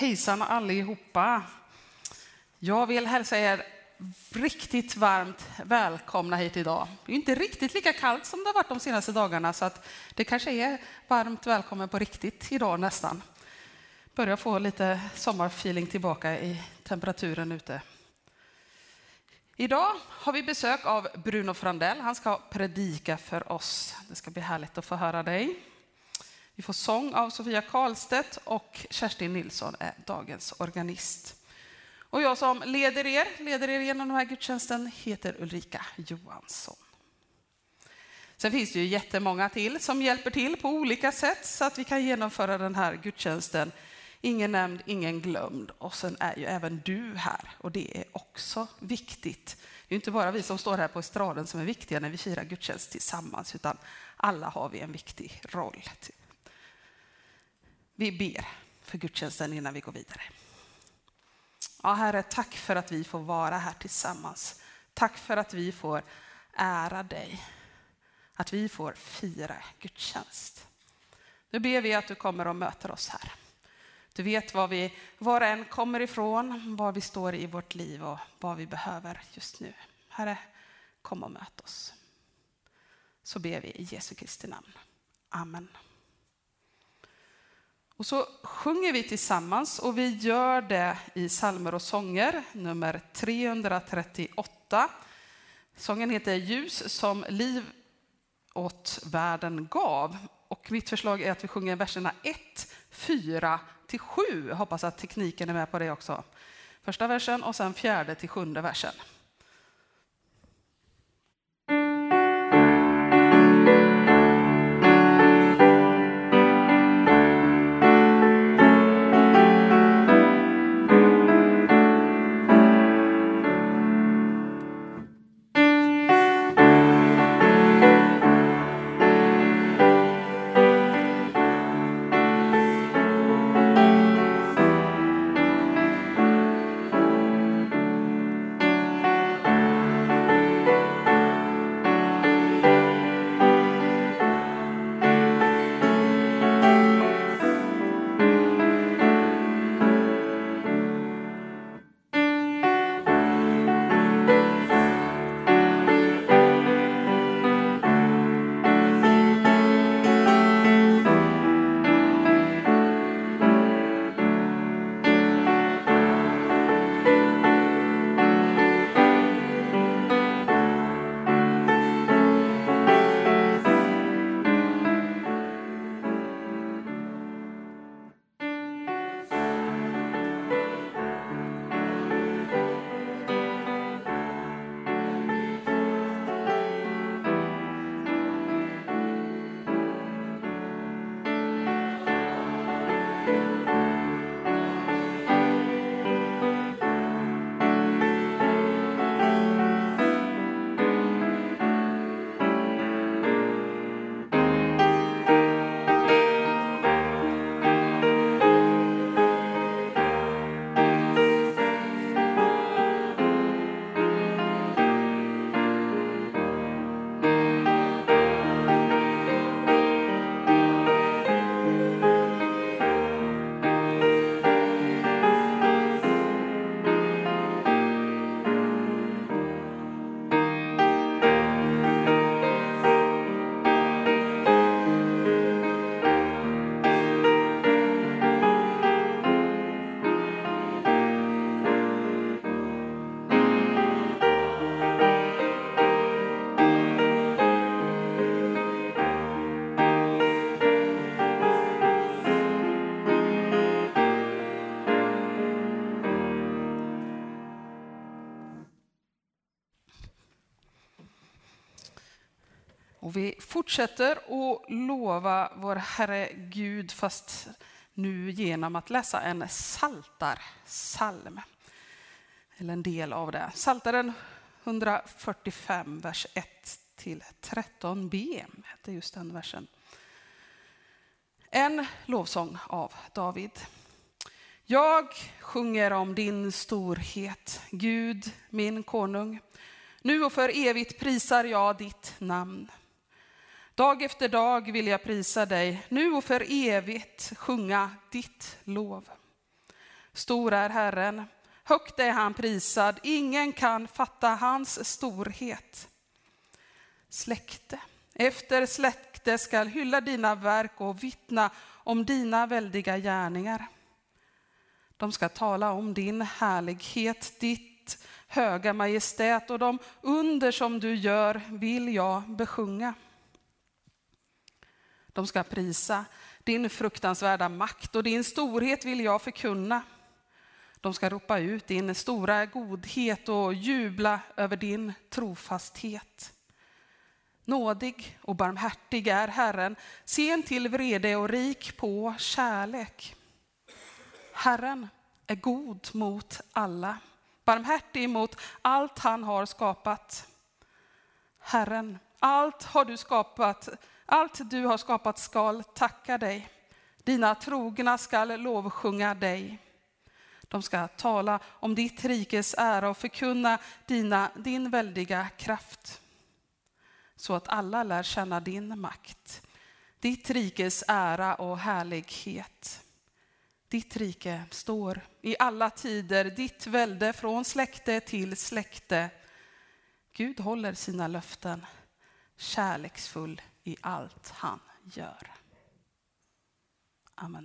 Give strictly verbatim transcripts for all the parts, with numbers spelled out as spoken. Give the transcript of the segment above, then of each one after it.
Hejsan allihopa. Jag vill hälsa er riktigt varmt välkomna hit idag. Det är inte riktigt lika kallt som det har varit de senaste dagarna, så att det kanske är varmt välkommen på riktigt idag nästan. Börjar få lite sommarfeeling tillbaka i temperaturen ute. Idag har vi besök av Bruno Frandell. Han ska predika för oss. Det ska bli härligt att få höra dig. Vi får sång av Sofia Karlstedt och Kerstin Nilsson är dagens organist. Och jag som leder er, leder er genom den här gudstjänsten heter Ulrika Johansson. Sen finns det ju jättemånga till som hjälper till på olika sätt så att vi kan genomföra den här gudstjänsten. Ingen nämnd, ingen glömd. Och sen är ju även du här och det är också viktigt. Det är inte bara vi som står här på estraden som är viktiga när vi firar gudstjänst tillsammans, utan alla har vi en viktig roll. Vi ber för gudstjänsten innan vi går vidare. Ja, Herre, tack för att vi får vara här tillsammans. Tack för att vi får ära dig. Att vi får fira gudstjänst. Nu ber vi att du kommer och möter oss här. Du vet var vi var än kommer ifrån, var vi står i vårt liv och vad vi behöver just nu. Herre, kom och möt oss. Så ber vi i Jesu Kristi namn. Amen. Och så sjunger vi tillsammans och vi gör det i psalmer och sånger nummer trehundratrettioåtta. Sången heter Ljus som liv åt världen gav. Och mitt förslag är att vi sjunger verserna ett, fyra till sju. Jag hoppas att tekniken är med på det också. Första versen och sen fjärde till sjunde versen. Och vi fortsätter att lova vår Herre Gud, fast nu genom att läsa en psaltarpsalm. Eller en del av det. Psaltaren hundrafyrtiofem, vers ett till tretton b. Det är just den versen. En lovsång av David. Jag sjunger om din storhet, Gud, min konung. Nu och för evigt prisar jag ditt namn. Dag efter dag vill jag prisa dig, nu och för evigt sjunga ditt lov. Stor är Herren, högt är han prisad, ingen kan fatta hans storhet. Släkte efter släkte skall hylla dina verk och vittna om dina väldiga gärningar. De ska tala om din härlighet, ditt höga majestät, och de under som du gör vill jag besjunga. De ska prisa din fruktansvärda makt, och din storhet vill jag förkunna. De ska ropa ut din stora godhet och jubla över din trofasthet. Nådig och barmhärtig är Herren, sen till vrede och rik på kärlek. Herren är god mot alla, barmhärtig mot allt han har skapat. Herren, allt har du skapat, allt du har skapat skall tacka dig. Dina trogna skall lovsjunga dig. De ska tala om ditt rikes ära och förkunna dina, din väldiga kraft. Så att alla lär känna din makt, ditt rikes ära och härlighet. Ditt rike står i alla tider, ditt välde från släkte till släkte. Gud håller sina löften, kärleksfull i allt han gör. Amen.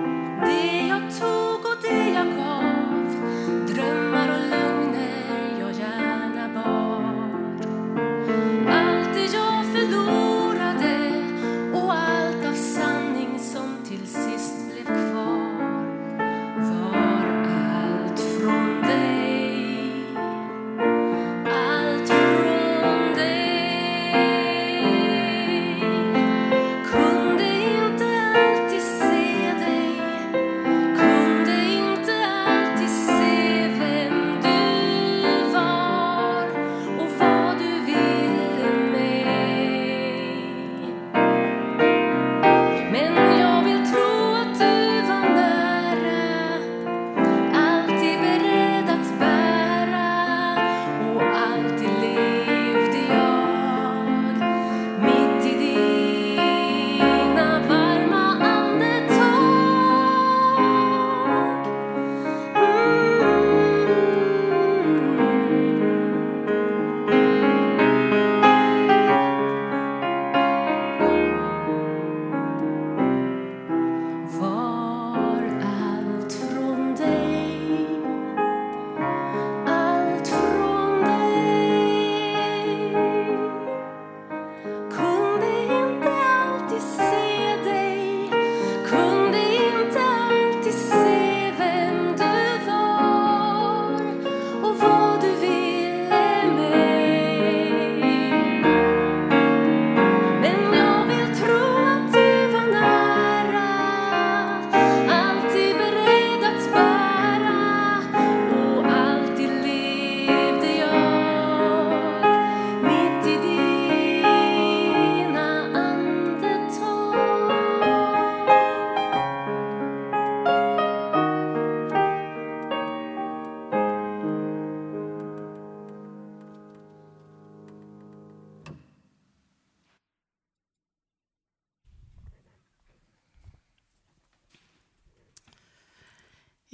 Det jag tog och det jag gav, drömmar och lögner jag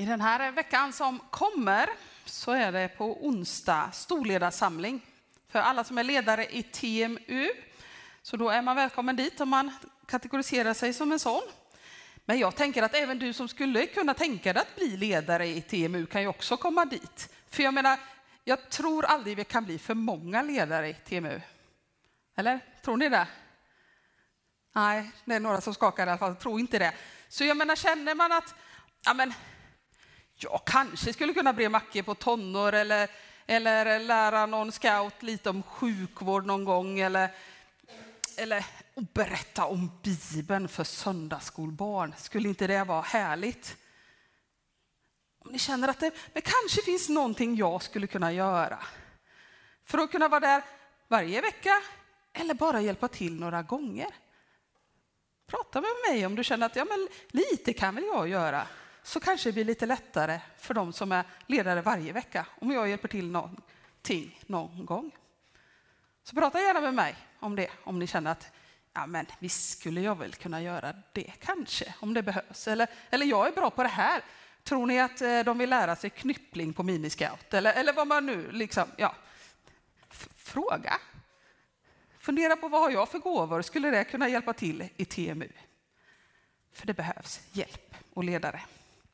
I den här veckan som kommer så är det på onsdag storledarsamling för alla som är ledare i T M U. Så då är man välkommen dit om man kategoriserar sig som en sån. Men jag tänker att även du som skulle kunna tänka dig att bli ledare i T M U kan ju också komma dit. För jag menar, jag tror aldrig vi kan bli för många ledare i T M U. Eller? Tror ni det? Nej, det är några som skakar i alla fall. Jag tror inte det. Så jag menar, känner man att ja, men, jag kanske skulle kunna bli macke på tonår eller, eller lära någon scout lite om sjukvård någon gång eller, eller berätta om Bibeln för söndagsskolbarn. Skulle inte det vara härligt? Om ni känner att det men kanske finns någonting jag skulle kunna göra för att kunna vara där varje vecka eller bara hjälpa till några gånger. Prata med mig om du känner att ja, men lite kan väl jag göra. Så kanske det blir lite lättare för de som är ledare varje vecka om jag hjälper till någonting någon gång. Så prata gärna med mig om det om ni känner att ja, men visst skulle jag väl kunna göra det kanske om det behövs. Eller, eller jag är bra på det här. Tror ni att de vill lära sig knyppling på miniscout? Eller, eller vad man nu liksom, ja. F- fråga. Fundera på vad har jag för gåvor? Skulle det kunna hjälpa till i T M U? För det behövs hjälp och ledare.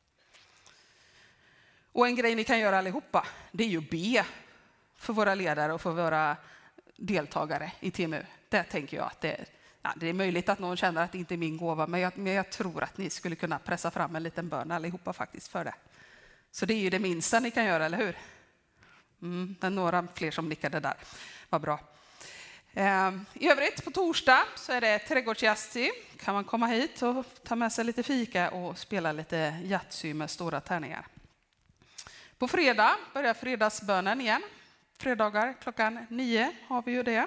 Och en grej ni kan göra allihopa, det är ju be för våra ledare och för våra deltagare i T M U. Där tänker jag att det, ja, det är möjligt att någon känner att det inte är min gåva, men jag, men jag tror att ni skulle kunna pressa fram en liten bön allihopa faktiskt för det. Så det är ju det minsta ni kan göra, eller hur? Mm, det är några fler som nickade där. Vad bra. I övrigt på torsdag så är det trädgårdsjazzy. Kan man komma hit och ta med sig lite fika och spela lite Yatzy med stora tärningar. På fredag börjar fredagsbönen igen. Fredagar klockan nio har vi ju det.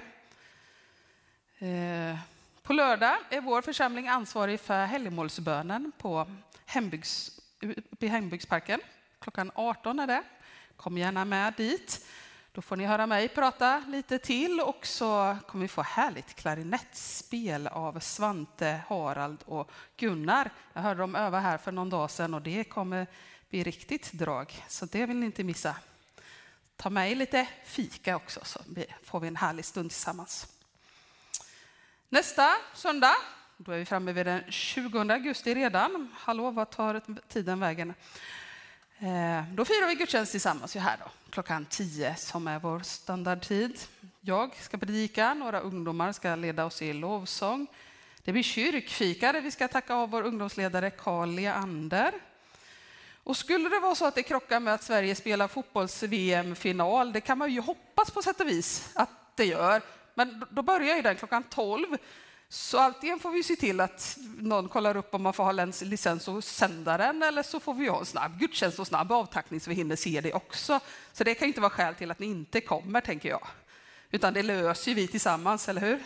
På lördag är vår församling ansvarig för helgmålsbönen på hembygds, i Hembygdsparken. Klockan arton är det. Kom gärna med dit. Då får ni höra mig prata lite till och så kommer vi få härligt klarinettspel av Svante, Harald och Gunnar. Jag hörde dem öva här för någon dag sedan och det kommer bli riktigt drag. Så det vill ni inte missa. Ta med lite fika också så får vi en härlig stund tillsammans. Nästa söndag, då är vi framme vid den tjugonde augusti redan. Hallå, vad tar tiden vägen? Då firar vi gudstjänst tillsammans här då, klockan tio som är vår standardtid. Jag ska predika, några ungdomar ska leda oss i lovsång. Det blir kyrkfika där vi ska tacka av vår ungdomsledare Carl Leander. Och skulle det vara så att det krockar med att Sverige spelar fotbolls-V M-final, det kan man ju hoppas på sätt och vis att det gör. Men då börjar ju den klockan tolv. Så antingen får vi se till att någon kollar upp om man får ha licens och sända den eller så får vi ha en snabb gudstjänst och snabb avtackning så vi hinner se det också. Så det kan inte vara skäl till att ni inte kommer, tänker jag. Utan det löser vi tillsammans, eller hur?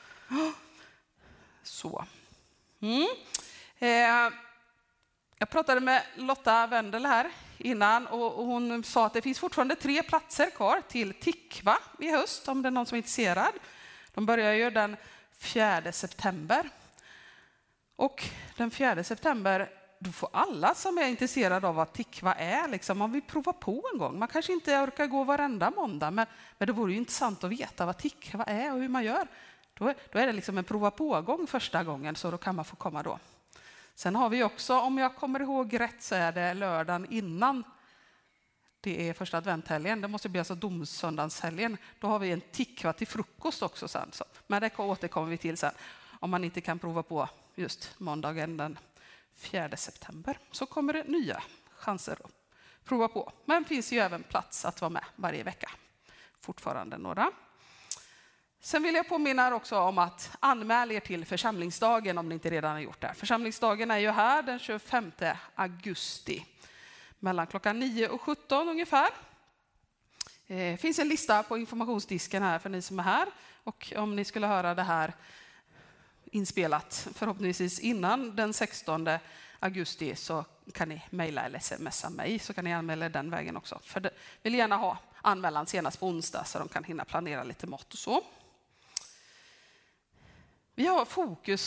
Så. Mm. Eh, jag pratade med Lotta Wendel här innan och hon sa att det finns fortfarande tre platser kvar till Tikva i höst om det är någon som är intresserad. De börjar ju den fjärde september. Och den fjärde september då får alla som är intresserade av vad Tikva är, liksom, man vill prova på en gång. Man kanske inte orkar gå varenda måndag, men, men det vore ju intressant att veta vad Tikva är och hur man gör. Då är, då är det liksom en prova på-gång första gången, så då kan man få komma då. Sen har vi också, om jag kommer ihåg rätt, så är det lördagen innan det är första adventhelgen. Det måste bli alltså domsöndagshelgen. Då har vi en Tikva till frukost också sen. Så. Men det återkommer vi till sen. Om man inte kan prova på just måndagen den fjärde september så kommer det nya chanser att prova på. Men det finns ju även plats att vara med varje vecka. Fortfarande några. Sen vill jag påminna också om att anmäla er till församlingsdagen om ni inte redan har gjort det. Församlingsdagen är ju här den tjugofemte augusti. Mellan klockan nio och sjutton ungefär. Det finns en lista på informationsdisken här för ni som är här. Och om ni skulle höra det här inspelat förhoppningsvis innan den sextonde augusti så kan ni mejla eller smsa mig så kan ni anmäla den vägen också. För det vill gärna ha anmälan senast på onsdag så de kan hinna planera lite mat och så. Vi har fokus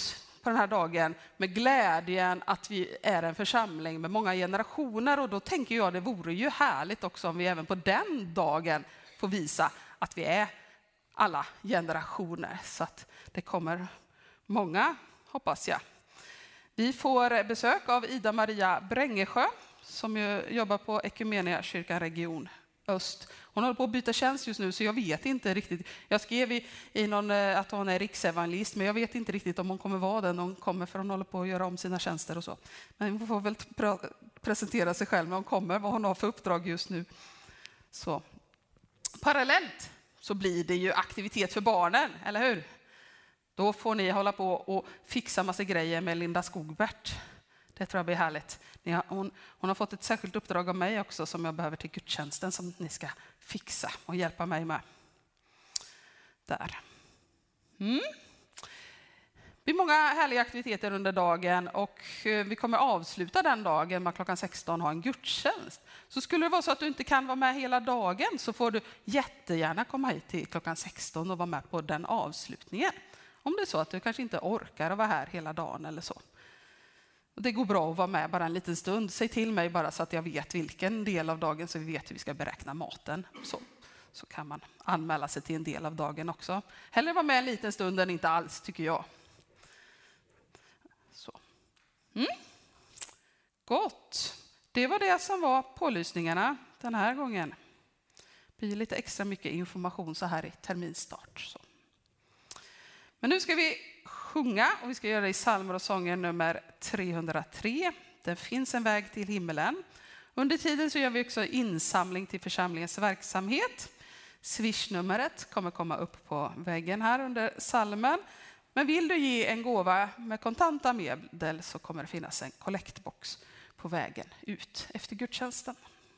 på den här dagen med glädjen att vi är en församling med många generationer. Och då tänker jag det vore ju härligt också om vi även på den dagen får visa att vi är alla generationer. Så att det kommer många, hoppas jag. Vi får besök av Ida Maria Brängesjö som ju jobbar på Ekumenia kyrkan region Öst. Hon håller på att byta tjänst just nu så jag vet inte riktigt. Jag skrev i, i någon att hon är riksevangelist men jag vet inte riktigt om hon kommer vara den. Hon kommer för hon håller på att göra om sina tjänster och så. Men hon får väl pre- presentera sig själv när hon kommer, vad hon har för uppdrag just nu. Så. Parallellt så blir det ju aktivitet för barnen, eller hur? Då får ni hålla på och fixa massa grejer med Linda Skogbert. Det tror jag blir härligt. Hon, hon har fått ett särskilt uppdrag av mig också som jag behöver till gudstjänsten som ni ska fixa och hjälpa mig med. Där. Mm. Det blir många härliga aktiviteter under dagen och vi kommer avsluta den dagen med klockan sexton ha en gudstjänst. Så skulle det vara så att du inte kan vara med hela dagen så får du jättegärna komma hit till klockan sexton och vara med på den avslutningen. Om det är så att du kanske inte orkar att vara här hela dagen eller så. Det går bra att vara med bara en liten stund. Säg till mig bara så att jag vet vilken del av dagen så vi vet hur vi ska beräkna maten. Så, så kan man anmäla sig till en del av dagen också. Hellre vara med en liten stund än inte alls tycker jag. Så. Mm. Gott. Det var det som var pålysningarna den här gången. Det blir lite extra mycket information så här i terminstart. Så. Men nu ska vi sjunga och vi ska göra det i psalmer och sånger nummer trehundratre. Det finns en väg till himmelen. Under tiden så gör vi också insamling till församlingens verksamhet. Swish-numret kommer komma upp på väggen här under psalmen. Men vill du ge en gåva med kontanta medel så kommer det finnas en kollektbox på vägen ut efter gudstjänsten.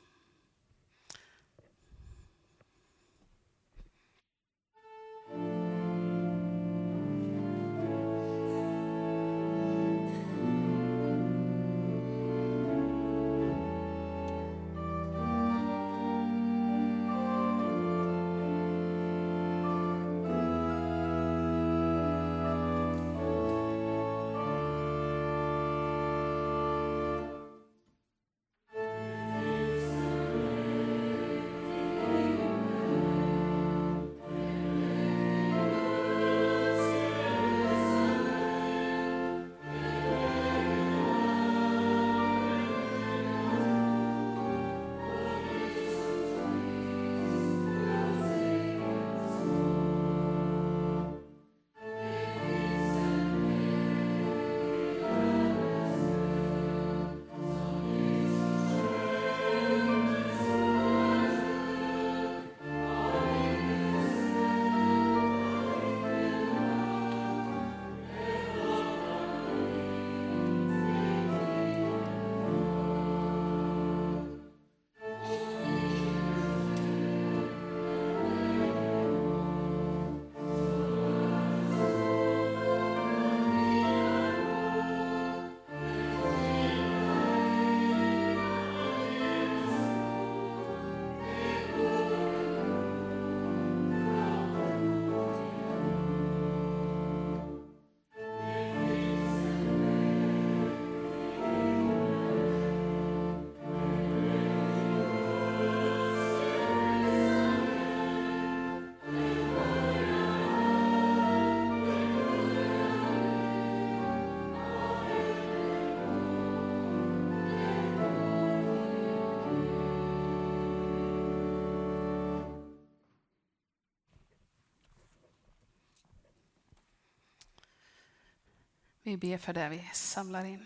Vi ber för det vi samlar in.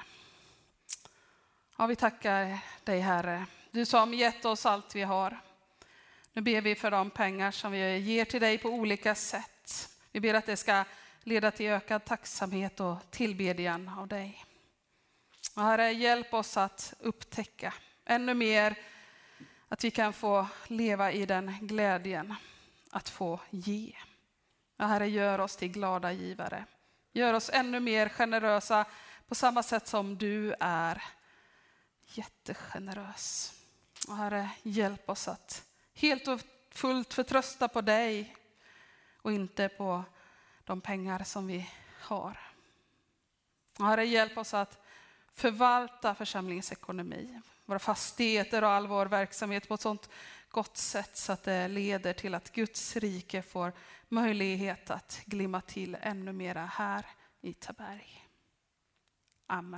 Ja, vi tackar dig Herre. Du som gett oss allt vi har. Nu ber vi för de pengar som vi ger till dig på olika sätt. Vi ber att det ska leda till ökad tacksamhet och tillbedjan av dig. Och Herre, hjälp oss att upptäcka ännu mer att vi kan få leva i den glädjen att få ge. Och Herre, gör oss till glada givare. Gör oss ännu mer generösa på samma sätt som du är jättegenerös. Och Herre, hjälp oss att helt och fullt förtrösta på dig och inte på de pengar som vi har. Herre, hjälp oss att förvalta församlingens ekonomi, våra fastigheter och all vår verksamhet på ett sådant gott sätt så att det leder till att Guds rike får möjlighet att glimma till ännu mera här i Taberg. Amen.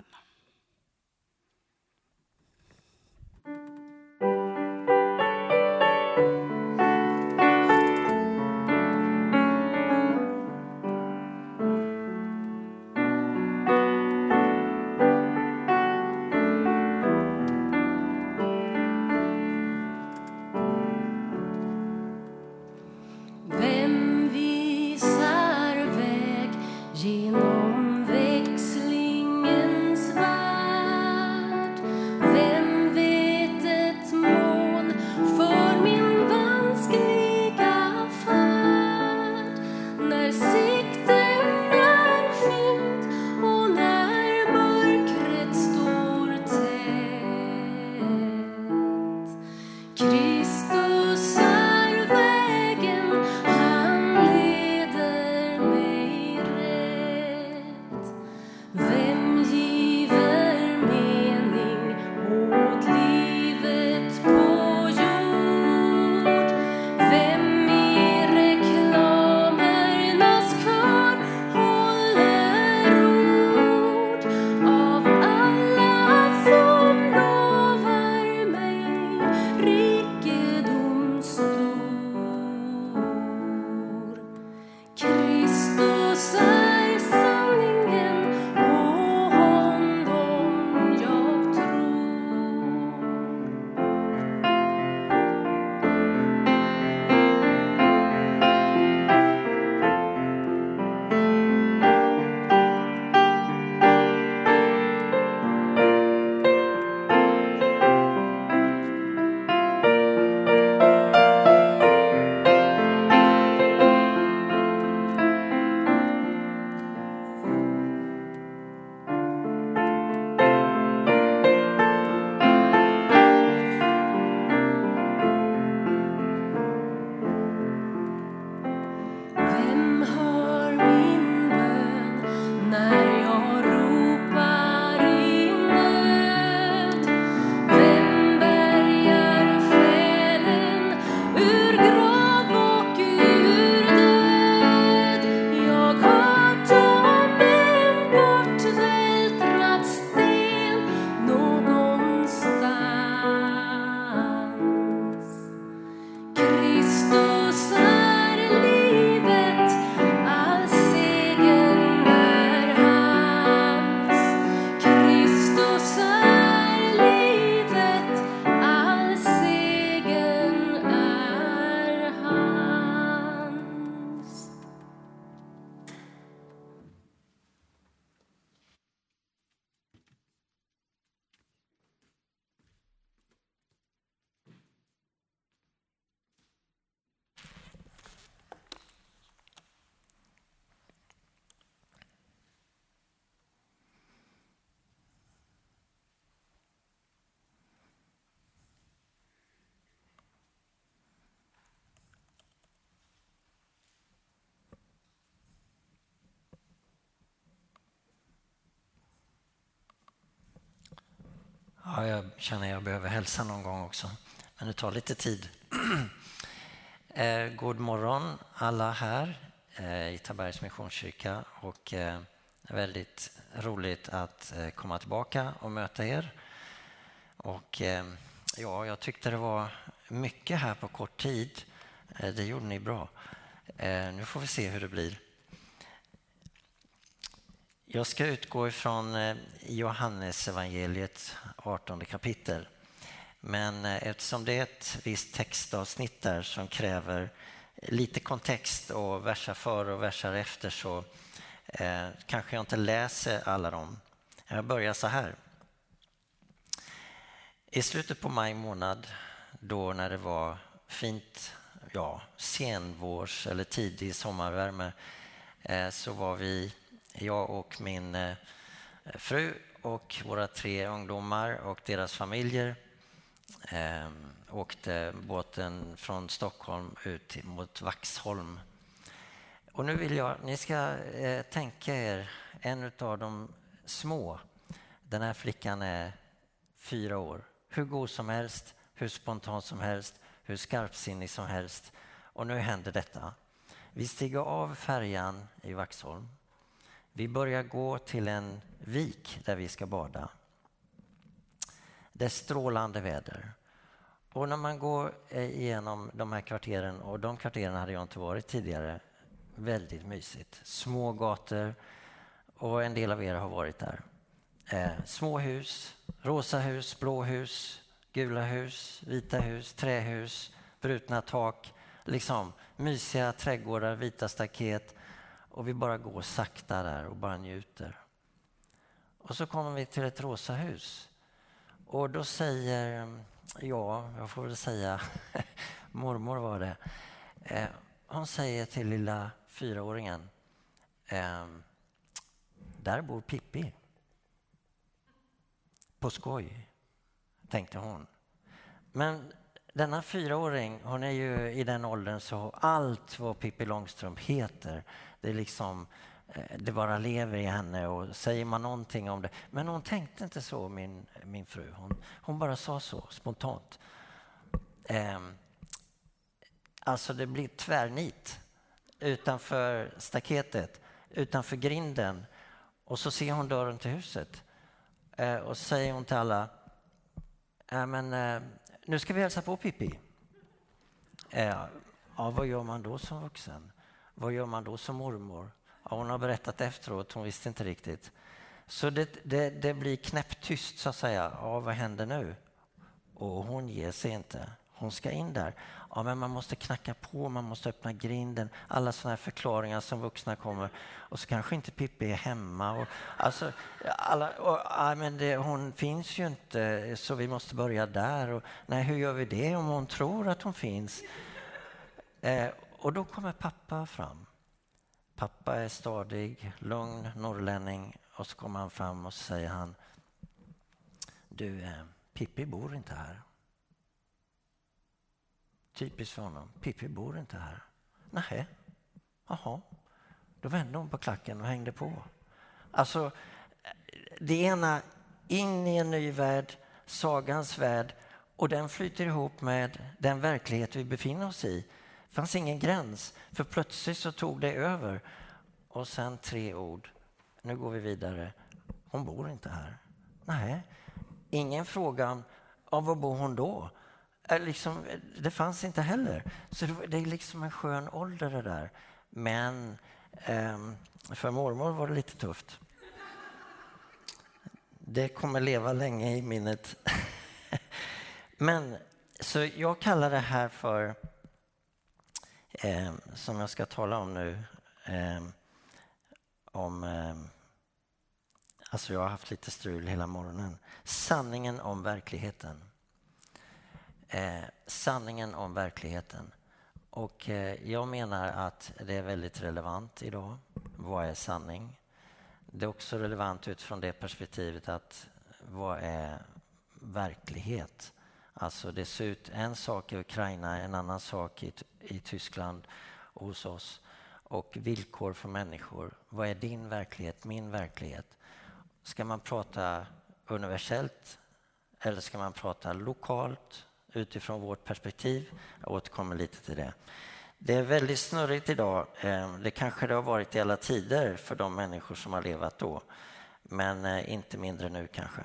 Ja, jag känner att jag behöver hälsa någon gång också. Men det tar lite tid. eh, god morgon alla här eh, i Tabergs Missionskyrka. Och eh, det är väldigt roligt att eh, komma tillbaka och möta er. Och eh, ja, jag tyckte det var mycket här på kort tid. Eh, det gjorde ni bra. Eh, nu får vi se hur det blir. Jag ska utgå ifrån Johannes evangeliet artonde kapitel. Men eftersom det är ett visst textavsnitt där som kräver lite kontext och versar före och versar efter så eh, kanske jag inte läser alla dem. Jag börjar så här. I slutet på maj månad, då när det var fint, ja, senvårs eller tidig sommarvärme, eh, så var vi, jag och min eh, fru och våra tre ungdomar och deras familjer eh, åkte båten från Stockholm ut mot Vaxholm. Och nu vill jag, ni ska eh, tänka er en av de små. Den här flickan är fyra år. Hur god som helst, hur spontan som helst, hur skarpsinnig som helst. Och nu händer detta. Vi stiger av färjan i Vaxholm. Vi börjar gå till en vik där vi ska bada. Det är strålande väder. Och när man går igenom de här kvarteren, och de kvarteren hade jag inte varit tidigare, väldigt mysigt. Små gator, och en del av er har varit där. Eh, små hus, rosa hus, blå hus, gula hus, vita hus, trähus, brutna tak. Liksom mysiga trädgårdar, vita staket. Och vi bara går sakta där och bara njuter. Och så kommer vi till ett rosa hus. Och då säger, ja, jag får väl säga, mormor var det. Eh, hon säger till lilla fyraåringen, eh, där bor Pippi. På skoj, tänkte hon. Men denna fyraåring, hon är ju i den åldern så allt vad Pippi Långstrump heter, det är liksom, det bara lever i henne, och säger man någonting om det. Men hon tänkte inte så, min, min fru. Hon, hon bara sa så, spontant. Eh, alltså det blir tvärnit utanför staketet, utanför grinden. Och så ser hon dörren till huset. Eh, och så säger hon till alla, äh, men eh, nu ska vi hälsa på Pippi. Eh, ja, vad gör man då som vuxen? Vad gör man då som mormor? Ja, hon har berättat efteråt, hon visste inte riktigt. Så det, det, det blir knäpptyst så att säga. Ja, vad händer nu? Och hon ger sig inte. Hon ska in där. Ja, men man måste knacka på, man måste öppna grinden. Alla sådana här förklaringar som vuxna kommer. Och så kanske inte Pippi är hemma. Och, alltså, alla, och, ja, men det, hon finns ju inte, så vi måste börja där. Och, nej, hur gör vi det om hon tror att hon finns? Eh, och då kommer pappa fram. Pappa är stadig, lugn, norrlänning. Och så kommer han fram och så säger han, du, eh, Pippi bor inte här. Typiskt för honom. Pippi bor inte här. Nej. Jaha. Då vände hon på klacken och hängde på. Alltså, det ena in i en ny värld, sagans värld, och den flyter ihop med den verklighet vi befinner oss i. Det fanns ingen gräns, för plötsligt så tog det över. Och sen tre ord. Nu går vi vidare. Hon bor inte här. Nej. Ingen fråga om var bor hon då? Liksom, det fanns inte heller. Så det, det är liksom en skön ålder det där. Men eh, för mormor var det lite tufft. Det kommer leva länge i minnet. Men så jag kallar det här för, eh, som jag ska tala om nu, eh, om, eh, alltså jag har haft lite strul hela morgonen. Sanningen om verkligheten. Eh, sanningen om verkligheten. Och eh, jag menar att det är väldigt relevant idag. Vad är sanning? Det är också relevant utifrån det perspektivet att vad är verklighet? Alltså det ser ut en sak i Ukraina, en annan sak i, i Tyskland och hos oss. Och villkor för människor. Vad är din verklighet, min verklighet? Ska man prata universellt eller ska man prata lokalt? Utifrån vårt perspektiv. Jag återkommer lite till det. Det är väldigt snurrigt idag. Det kanske det har varit i alla tider för de människor som har levat då. Men inte mindre nu kanske.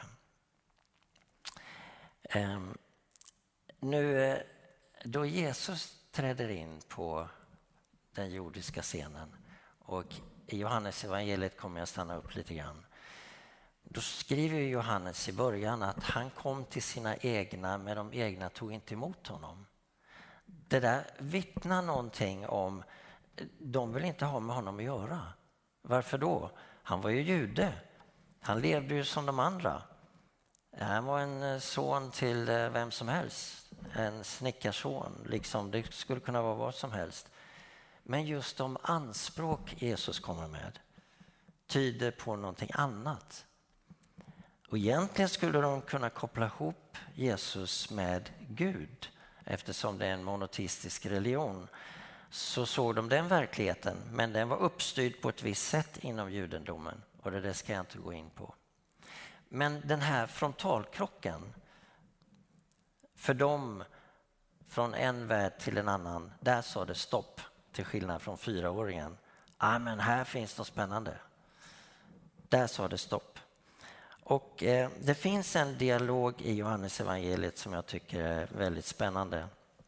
Nu då Jesus träder in på den jordiska scenen. Och i Johannes evangeliet kommer jag stanna upp lite grann. Då skriver Johannes i början att han kom till sina egna, men de egna tog inte emot honom. Det där vittnar någonting om, de vill inte ha med honom att göra. Varför då? Han var ju jude. Han levde ju som de andra. Han var en son till vem som helst. En snickarson, liksom. Det skulle kunna vara vad som helst. Men just de anspråk Jesus kommer med tyder på någonting annat. Och egentligen skulle de kunna koppla ihop Jesus med Gud. Eftersom det är en monoteistisk religion så såg de den verkligheten. Men den var uppstyrd på ett visst sätt inom judendomen. och det där ska jag inte gå in på. Men den här frontalkrocken, för dem från en värld till en annan, där sa det stopp, till skillnad från fyraåringen. Ah, men här finns något spännande. Där sa det stopp. Och eh, det finns en dialog i Johannes evangeliet som jag tycker är väldigt spännande.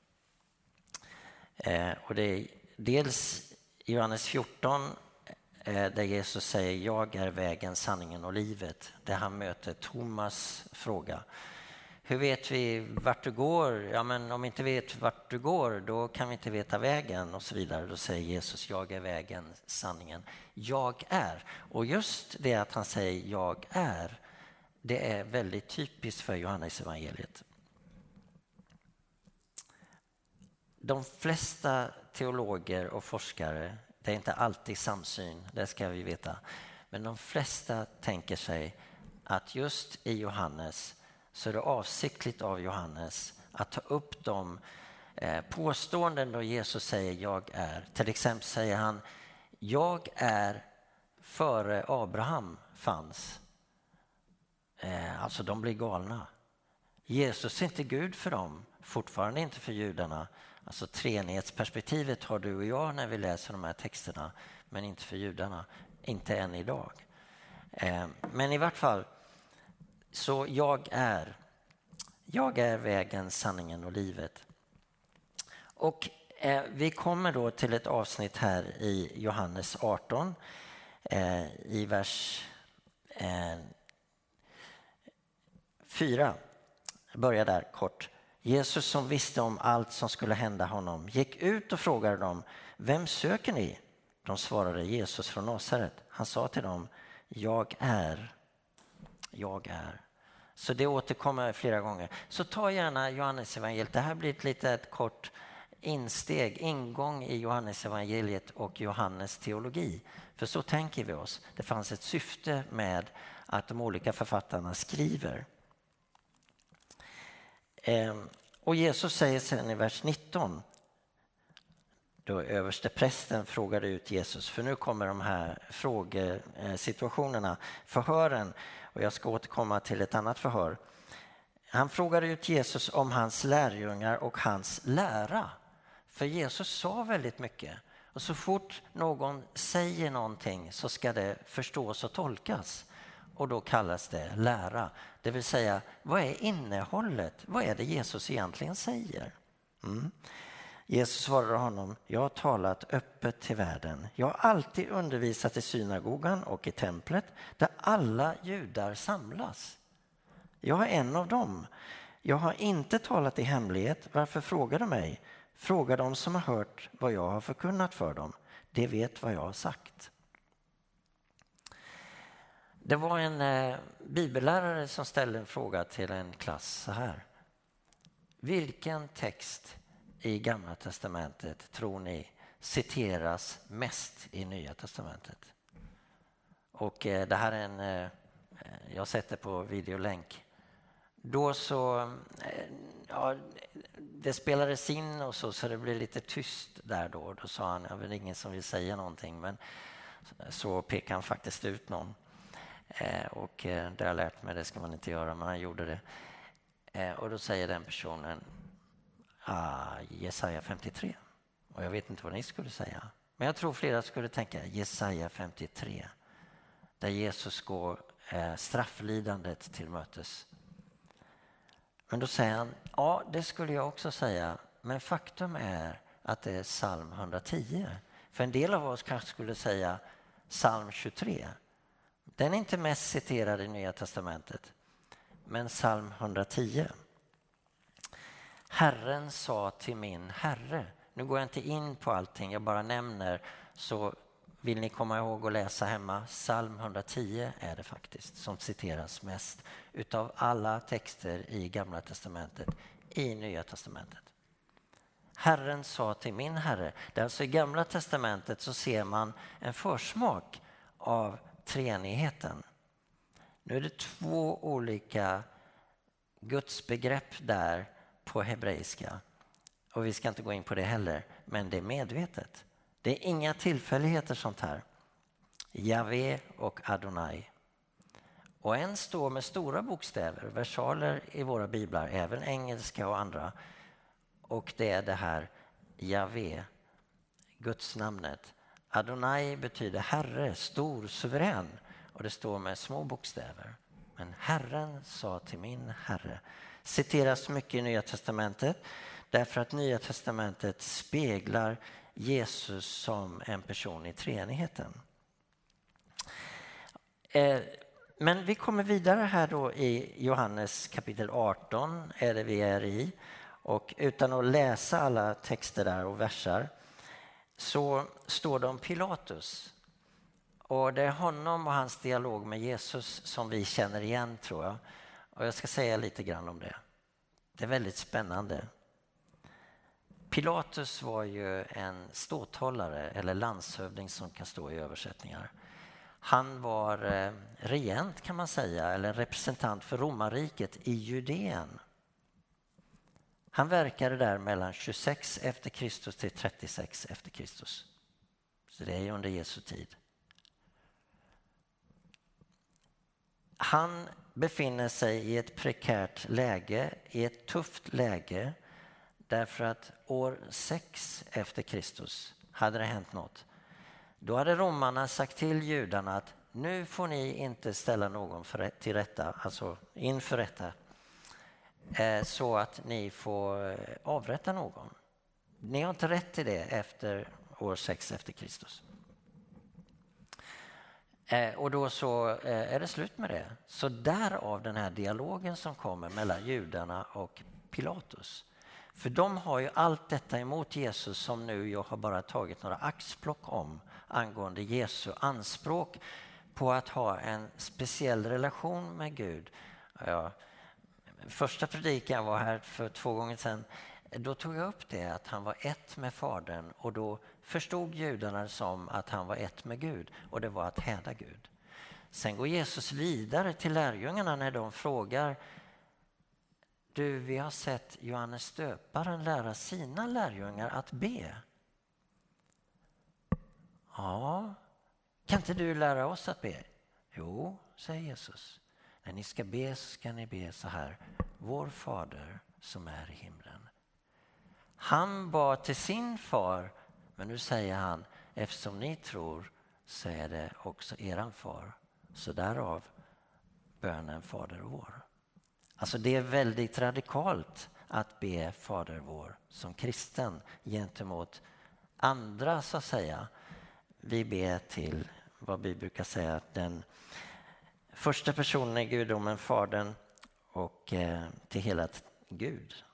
Eh, och det är dels i Johannes fjorton eh, där Jesus säger jag är vägen, sanningen och livet. Där han möter Thomas fråga. Hur vet vi vart du går? Ja, men om vi inte vet vart du går, då kan vi inte veta vägen och så vidare. Då säger Jesus, jag är vägen, sanningen. Jag är. Och just det att han säger jag är, det är väldigt typiskt för Johannes evangeliet. De flesta teologer och forskare, det är inte alltid samsyn, det ska vi veta. Men de flesta tänker sig att just i Johannes så är det avsiktligt av Johannes att ta upp de eh, påståenden då Jesus säger jag är. Till exempel säger han jag är före Abraham fanns. Eh, alltså de blir galna. Jesus är inte Gud för dem, fortfarande inte för judarna. Alltså treenighetsperspektivet har du och jag när vi läser de här texterna, men inte för judarna, inte än idag. Eh, men i vart fall, så jag är, jag är vägen, sanningen och livet. Och eh, vi kommer då till ett avsnitt här i Johannes arton, eh, i vers eh, fyra. Jag börjar där kort. Jesus som visste om allt som skulle hända honom gick ut och frågade dem, vem söker ni? De svarade Jesus från Nasaret. Han sa till dem, jag är, jag är. Så det återkommer flera gånger. Så ta gärna Johannes evangeliet. Det här blir ett litet kort insteg, ingång i Johannes evangeliet och Johannes teologi. För så tänker vi oss. Det fanns ett syfte med att de olika författarna skriver. Och Jesus säger sen i vers nitton, då överste prästen frågade ut Jesus, för nu kommer de här frågesituationerna, förhören, och jag ska återkomma till ett annat förhör. Han frågade ut Jesus om hans lärjungar och hans lära, för Jesus sa väldigt mycket, och så fort någon säger någonting så ska det förstås och tolkas. Och då kallas det lära. Det vill säga, vad är innehållet? Vad är det Jesus egentligen säger? Mm. Jesus svarade honom, jag har talat öppet till världen. Jag har alltid undervisat i synagogan och i templet där alla judar samlas. Jag är en av dem. Jag har inte talat i hemlighet. Varför frågar du mig? Fråga dem som har hört vad jag har förkunnat för dem. De vet vad jag har sagt. Det var en eh, bibellärare som ställde en fråga till en klass så här. Vilken text i Gamla testamentet tror ni citeras mest i Nya testamentet? Och eh, det här är en, eh, jag sätter på videolänk. Då så, eh, ja, det spelades in och så, så det blev lite tyst där då. Då sa han, jag vet ingen som vill säga någonting, men så pekade han faktiskt ut någon. Eh, och eh, det har jag lärt mig, det ska man inte göra, men han gjorde det. Eh, och då säger den personen ah, Jesaja femtiotre. Och jag vet inte vad ni skulle säga. Men jag tror flera skulle tänka Jesaja femtiotre. Där Jesus går eh, strafflidandet till mötes. Men då säger han, ja det skulle jag också säga. Men faktum är att det är psalm etthundratio. För en del av oss kanske skulle säga psalm tjugotre. Den är inte mest citerad i Nya testamentet. Men psalm etthundratio. Herren sa till min Herre. Nu går jag inte in på allting, jag bara nämner. Så vill ni komma ihåg att läsa hemma. Psalm etthundratio är det faktiskt som citeras mest utav alla texter i Gamla testamentet i Nya testamentet. Herren sa till min Herre. Där alltså i Gamla testamentet så ser man en försmak av treenigheten. Nu är det två olika gudsbegrepp där på hebreiska. Och vi ska inte gå in på det heller, men det är medvetet. Det är inga tillfälligheter sånt här. Jave och Adonai. Och en står med stora bokstäver, versaler i våra biblar, även engelska och andra. Och det är det här Jave, Guds namnet. Adonai betyder Herre, stor, suverän. Och det står med små bokstäver. Men Herren sa till min Herre. Citeras mycket i Nya testamentet. Därför att Nya testamentet speglar Jesus som en person i treenigheten. Eh, men vi kommer vidare här då i Johannes kapitel arton är det vi är i. Och utan att läsa alla texter där och versar så står det om Pilatus. Och det är honom och hans dialog med Jesus som vi känner igen, tror jag. Och jag ska säga lite grann om det. Det är väldigt spännande. Pilatus var ju en ståthållare eller landshövding som kan stå i översättningar. Han var regent kan man säga, eller representant för romarriket i Judeen. Han verkade där mellan tjugosex efter Kristus till trettiosex efter Kristus. Så det är under Jesu tid. Han befinner sig i ett prekärt läge, i ett tufft läge. Därför att år sex efter Kristus hade det hänt något. Då hade romarna sagt till judarna att nu får ni inte ställa någon för, till rätta, alltså inför rätta. Så att ni får avrätta någon. Ni har inte rätt till det efter år sex efter Kristus. Och då så är det slut med det. Så därav den här dialogen som kommer mellan judarna och Pilatus. För de har ju allt detta emot Jesus som nu jag har bara tagit några axplock om angående Jesu anspråk på att ha en speciell relation med Gud. Ja, första predikan var här för två gånger sedan. Då tog jag upp det att han var ett med Fadern och då förstod judarna som att han var ett med Gud och det var att häda Gud. Sen går Jesus vidare till lärjungarna när de frågar: Du, vi har sett Johannes döparen lära sina lärjungar att be. Ja, kan inte du lära oss att be? Jo, säger Jesus. När ni ska be så ska ni be så här: Vår Fader som är i himlen. Han bad till sin far, men nu säger han: eftersom ni tror så är det också eran far. Så därav bönen Fader vår. Alltså det är väldigt radikalt att be Fader vår som kristen gentemot andra, så att säga. Vi ber till vad vi brukar säga den första personen i gudomen, Fadern, och eh, till hela Gud.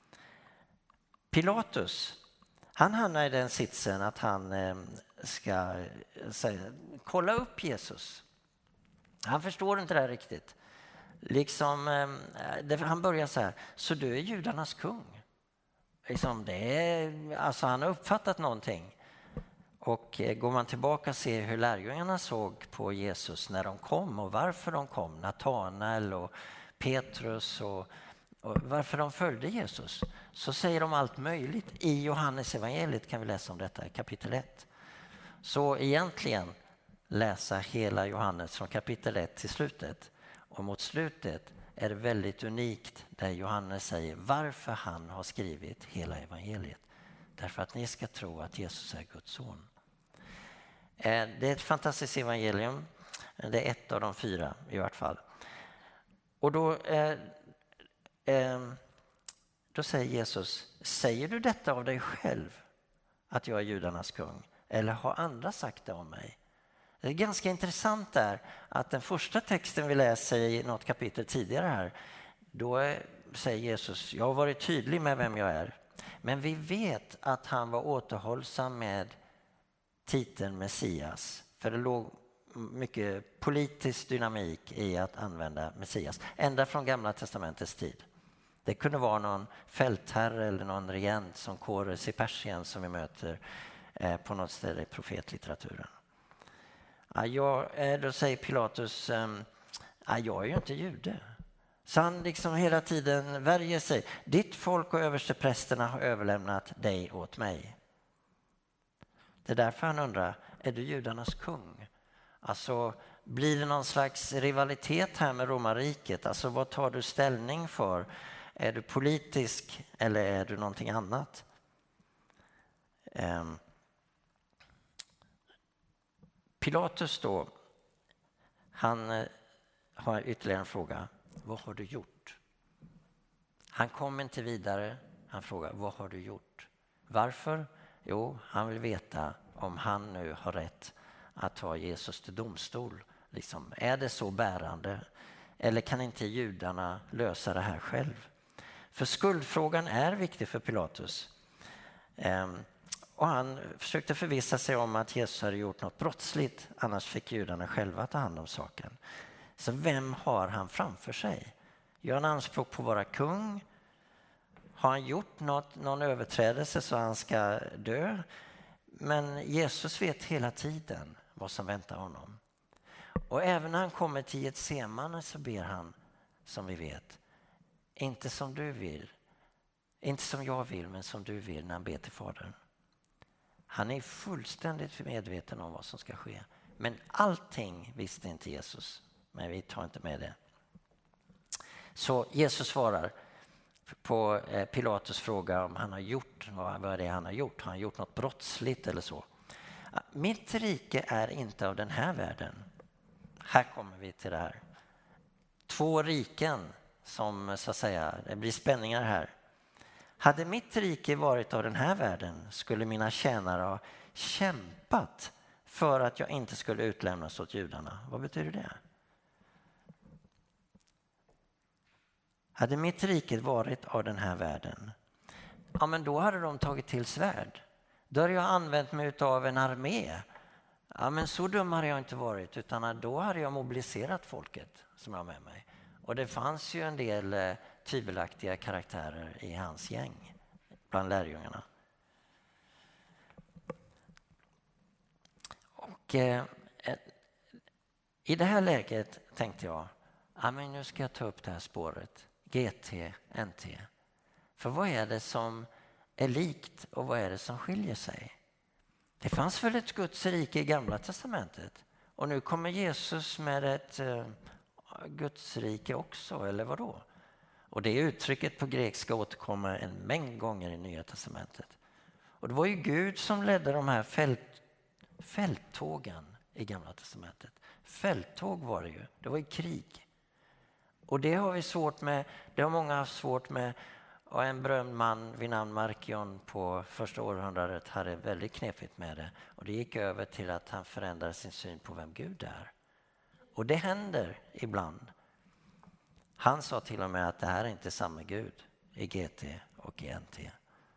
Pilatus, han hamnar i den sitsen att han eh, ska säga, kolla upp Jesus. Han förstår inte det här riktigt. Liksom, eh, han börjar så här: så du är judarnas kung. Liksom det är, alltså han har uppfattat någonting. Och eh, går man tillbaka och ser hur lärjungarna såg på Jesus när de kom och varför de kom, Natanael och Petrus och, och varför de följde Jesus, så säger de allt möjligt. I Johannes evangeliet kan vi läsa om detta i kapitel ett. Så egentligen läsa hela Johannes från kapitel ett till slutet. Och mot slutet är det väldigt unikt där Johannes säger varför han har skrivit hela evangeliet. Därför att ni ska tro att Jesus är Guds son. Det är ett fantastiskt evangelium. Det är ett av de fyra i vart fall. Och då, eh, eh, då säger Jesus: säger du detta av dig själv att jag är judarnas kung? Eller har andra sagt det om mig? Det är ganska intressant där att den första texten vi läser i något kapitel tidigare här, då säger Jesus: jag har varit tydlig med vem jag är. Men vi vet att han var återhållsam med titeln Messias. För det låg mycket politisk dynamik i att använda Messias. Ända från Gamla testamentets tid. Det kunde vara någon fältherre eller någon regent som Kores i Persien som vi möter på något ställe i profetlitteraturen. Ja, jag, då säger Pilatus: ja, jag är ju inte jude. Så han liksom hela tiden värjer sig. Ditt folk och översteprästerna har överlämnat dig åt mig. Det är därför han undrar: är du judarnas kung? Alltså, blir det någon slags rivalitet här med romarriket? Alltså, vad tar du ställning för? Är du politisk eller är du någonting annat? Um, Pilatus då, han uh, har ytterligare en fråga. Vad har du gjort? Han kom inte vidare. Han frågar, vad har du gjort? Varför? Jo, han vill veta om han nu har rätt att ta Jesus till domstol. Liksom, är det så bärande? Eller kan inte judarna lösa det här själv? För skuldfrågan är viktig för Pilatus. Ehm, och han försökte förvissa sig om att Jesus hade gjort något brottsligt. Annars fick judarna själva ta hand om saken. Så vem har han framför sig? Gör han anspråk på att vara kung? Har han gjort något, någon överträdelse så han ska dö? Men Jesus vet hela tiden vad som väntar honom. Och även när han kommer till Getsemane så ber han, som vi vet, inte som du vill, inte som jag vill, men som du vill, när han ber till Fadern. Han är fullständigt medveten om vad som ska ske. Men allting visste inte Jesus, men vi tar inte med det. Så Jesus svarar på Pilatus fråga om han har gjort, vad är det han har gjort? Har han gjort något brottsligt eller så? Mitt rike är inte av den här världen. Här kommer vi till det här. Två riken som, så att säga, det blir spänningar här. Hade mitt rike varit av den här världen skulle mina tjänare ha kämpat för att jag inte skulle utlämnas åt judarna. Vad betyder det? Hade mitt rike varit av den här världen, ja, men då hade de tagit till svärd. Då hade jag använt mig av en armé. Ja, men så dum hade jag inte varit, utan då hade jag mobiliserat folket som jag har med mig. Och det fanns ju en del eh, tvivelaktiga karaktärer i hans gäng bland lärjungarna. Och eh, i det här läget tänkte jag, ja, men nu ska jag ta upp det här spåret. G T, N T. För vad är det som är likt och vad är det som skiljer sig? Det fanns väl ett Guds rike i Gamla testamentet. Och nu kommer Jesus med ett uh, Guds rike också, eller vad då? Och det uttrycket på grekiska återkommer en mängd gånger i Nya testamentet. Och det var ju Gud som ledde de här fält, fälttågen i Gamla testamentet. Fälttåg var det ju, det var ju krig. Och det har vi svårt med, det har många haft svårt med. Och en berömd man vid namn Markion på första århundradet hade väldigt knepigt med det. Och det gick över till att han förändrade sin syn på vem Gud är. Och det händer ibland. Han sa till och med att det här är inte samma Gud i G T och i N T.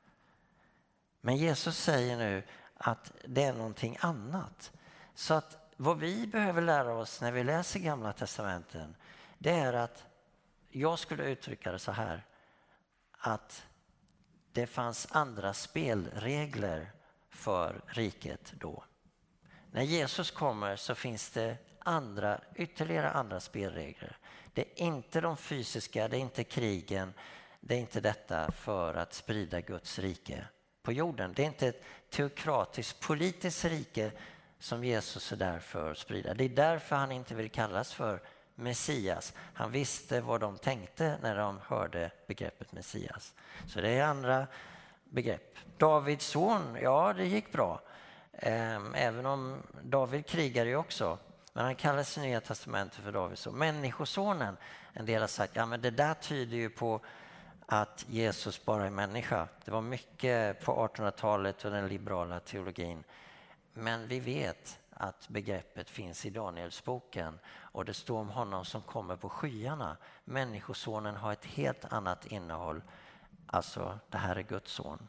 Men Jesus säger nu att det är någonting annat. Så att vad vi behöver lära oss när vi läser Gamla testamenten, det är att jag skulle uttrycka det så här, att det fanns andra spelregler för riket då. När Jesus kommer så finns det andra, ytterligare andra spelregler. Det är inte de fysiska, det är inte krigen, det är inte detta för att sprida Guds rike på jorden. Det är inte ett teokratiskt politiskt rike som Jesus är där för att sprida. Det är därför han inte vill kallas för Messias. Han visste vad de tänkte när de hörde begreppet Messias. Så det är andra begrepp. Davids son, ja, det gick bra. Även om David krigade ju också. Men han kallas i Nya testamentet för Davids son. Människosonen, en del har sagt, ja men det där tyder ju på att Jesus bara är människa. Det var mycket på artonhundratalet och den liberala teologin. Men vi vet att begreppet finns i Danielsboken och det står om honom som kommer på skyarna. Människosonen har ett helt annat innehåll. Alltså, det här är Guds son.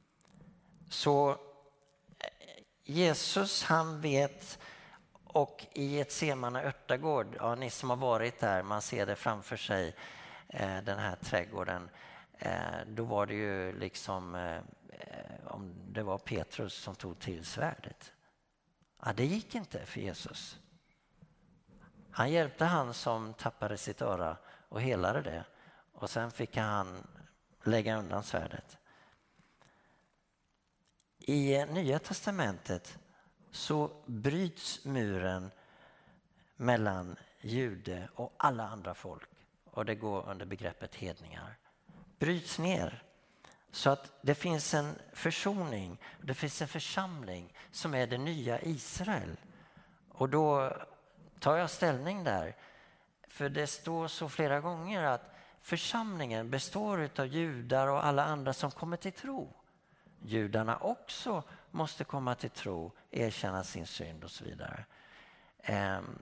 Så Jesus, han vet, och i Getsemane örtagård, ja, ni som har varit där, man ser det framför sig, eh, den här trädgården. Eh, då var det ju liksom, eh, om det var Petrus som tog till svärdet. Ja, det gick inte för Jesus. Han hjälpte han som tappade sitt öra och helade det. Och sen fick han lägga undan svärdet. I Nya testamentet så bryts muren mellan jude och alla andra folk. Och det går under begreppet hedningar. Bryts ner så att det finns en försoning. Det finns en församling som är det nya Israel. Och då tar jag ställning där. För det står så flera gånger att församlingen består av judar och alla andra som kommer till tro. Judarna också måste komma till tro, erkänna sin synd och så vidare. Ehm,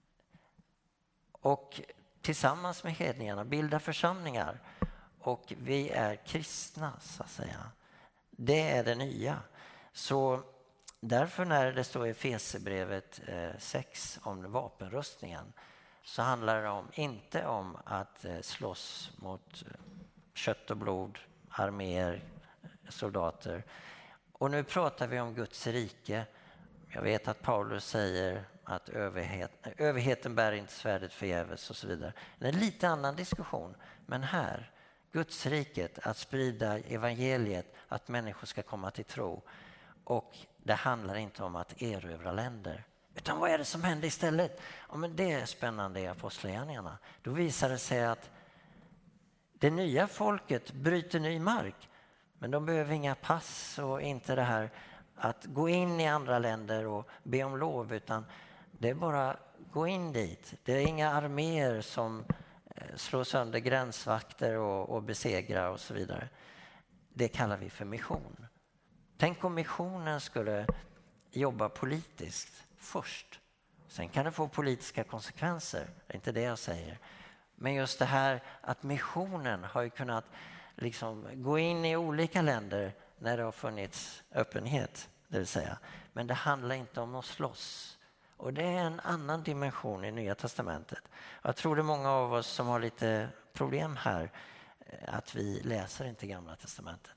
och tillsammans med hedningarna bilda församlingar. Och vi är kristna, så att säga. Det är det nya. Så därför när det står i Efesierbrevet sex om vapenrustningen, så handlar det om, inte om att slåss mot kött och blod, arméer, soldater. Och nu pratar vi om Guds rike. Jag vet att Paulus säger att överhet, överheten bär inte svärdet förgäves och så vidare. Det är en lite annan diskussion. Men här, Guds riket, att sprida evangeliet, att människor ska komma till tro. Och det handlar inte om att erövra länder. Utan vad är det som händer istället? Ja, men det är spännande i Apostlagärningarna. Då visar det sig att det nya folket bryter ny mark. Men de behöver inga pass och inte det här att gå in i andra länder och be om lov. Utan det är bara gå in dit. Det är inga arméer som slår sönder gränsvakter och, och besegrar och så vidare. Det kallar vi för mission. Tänk om missionen skulle jobba politiskt först. Sen kan det få politiska konsekvenser. Det är inte det jag säger. Men just det här att missionen har ju kunnat liksom gå in i olika länder när det har funnits öppenhet. Det vill säga. Men det handlar inte om att slåss. Och det är en annan dimension i Nya testamentet. Jag tror det är många av oss som har lite problem här. Att vi läser inte Gamla testamentet.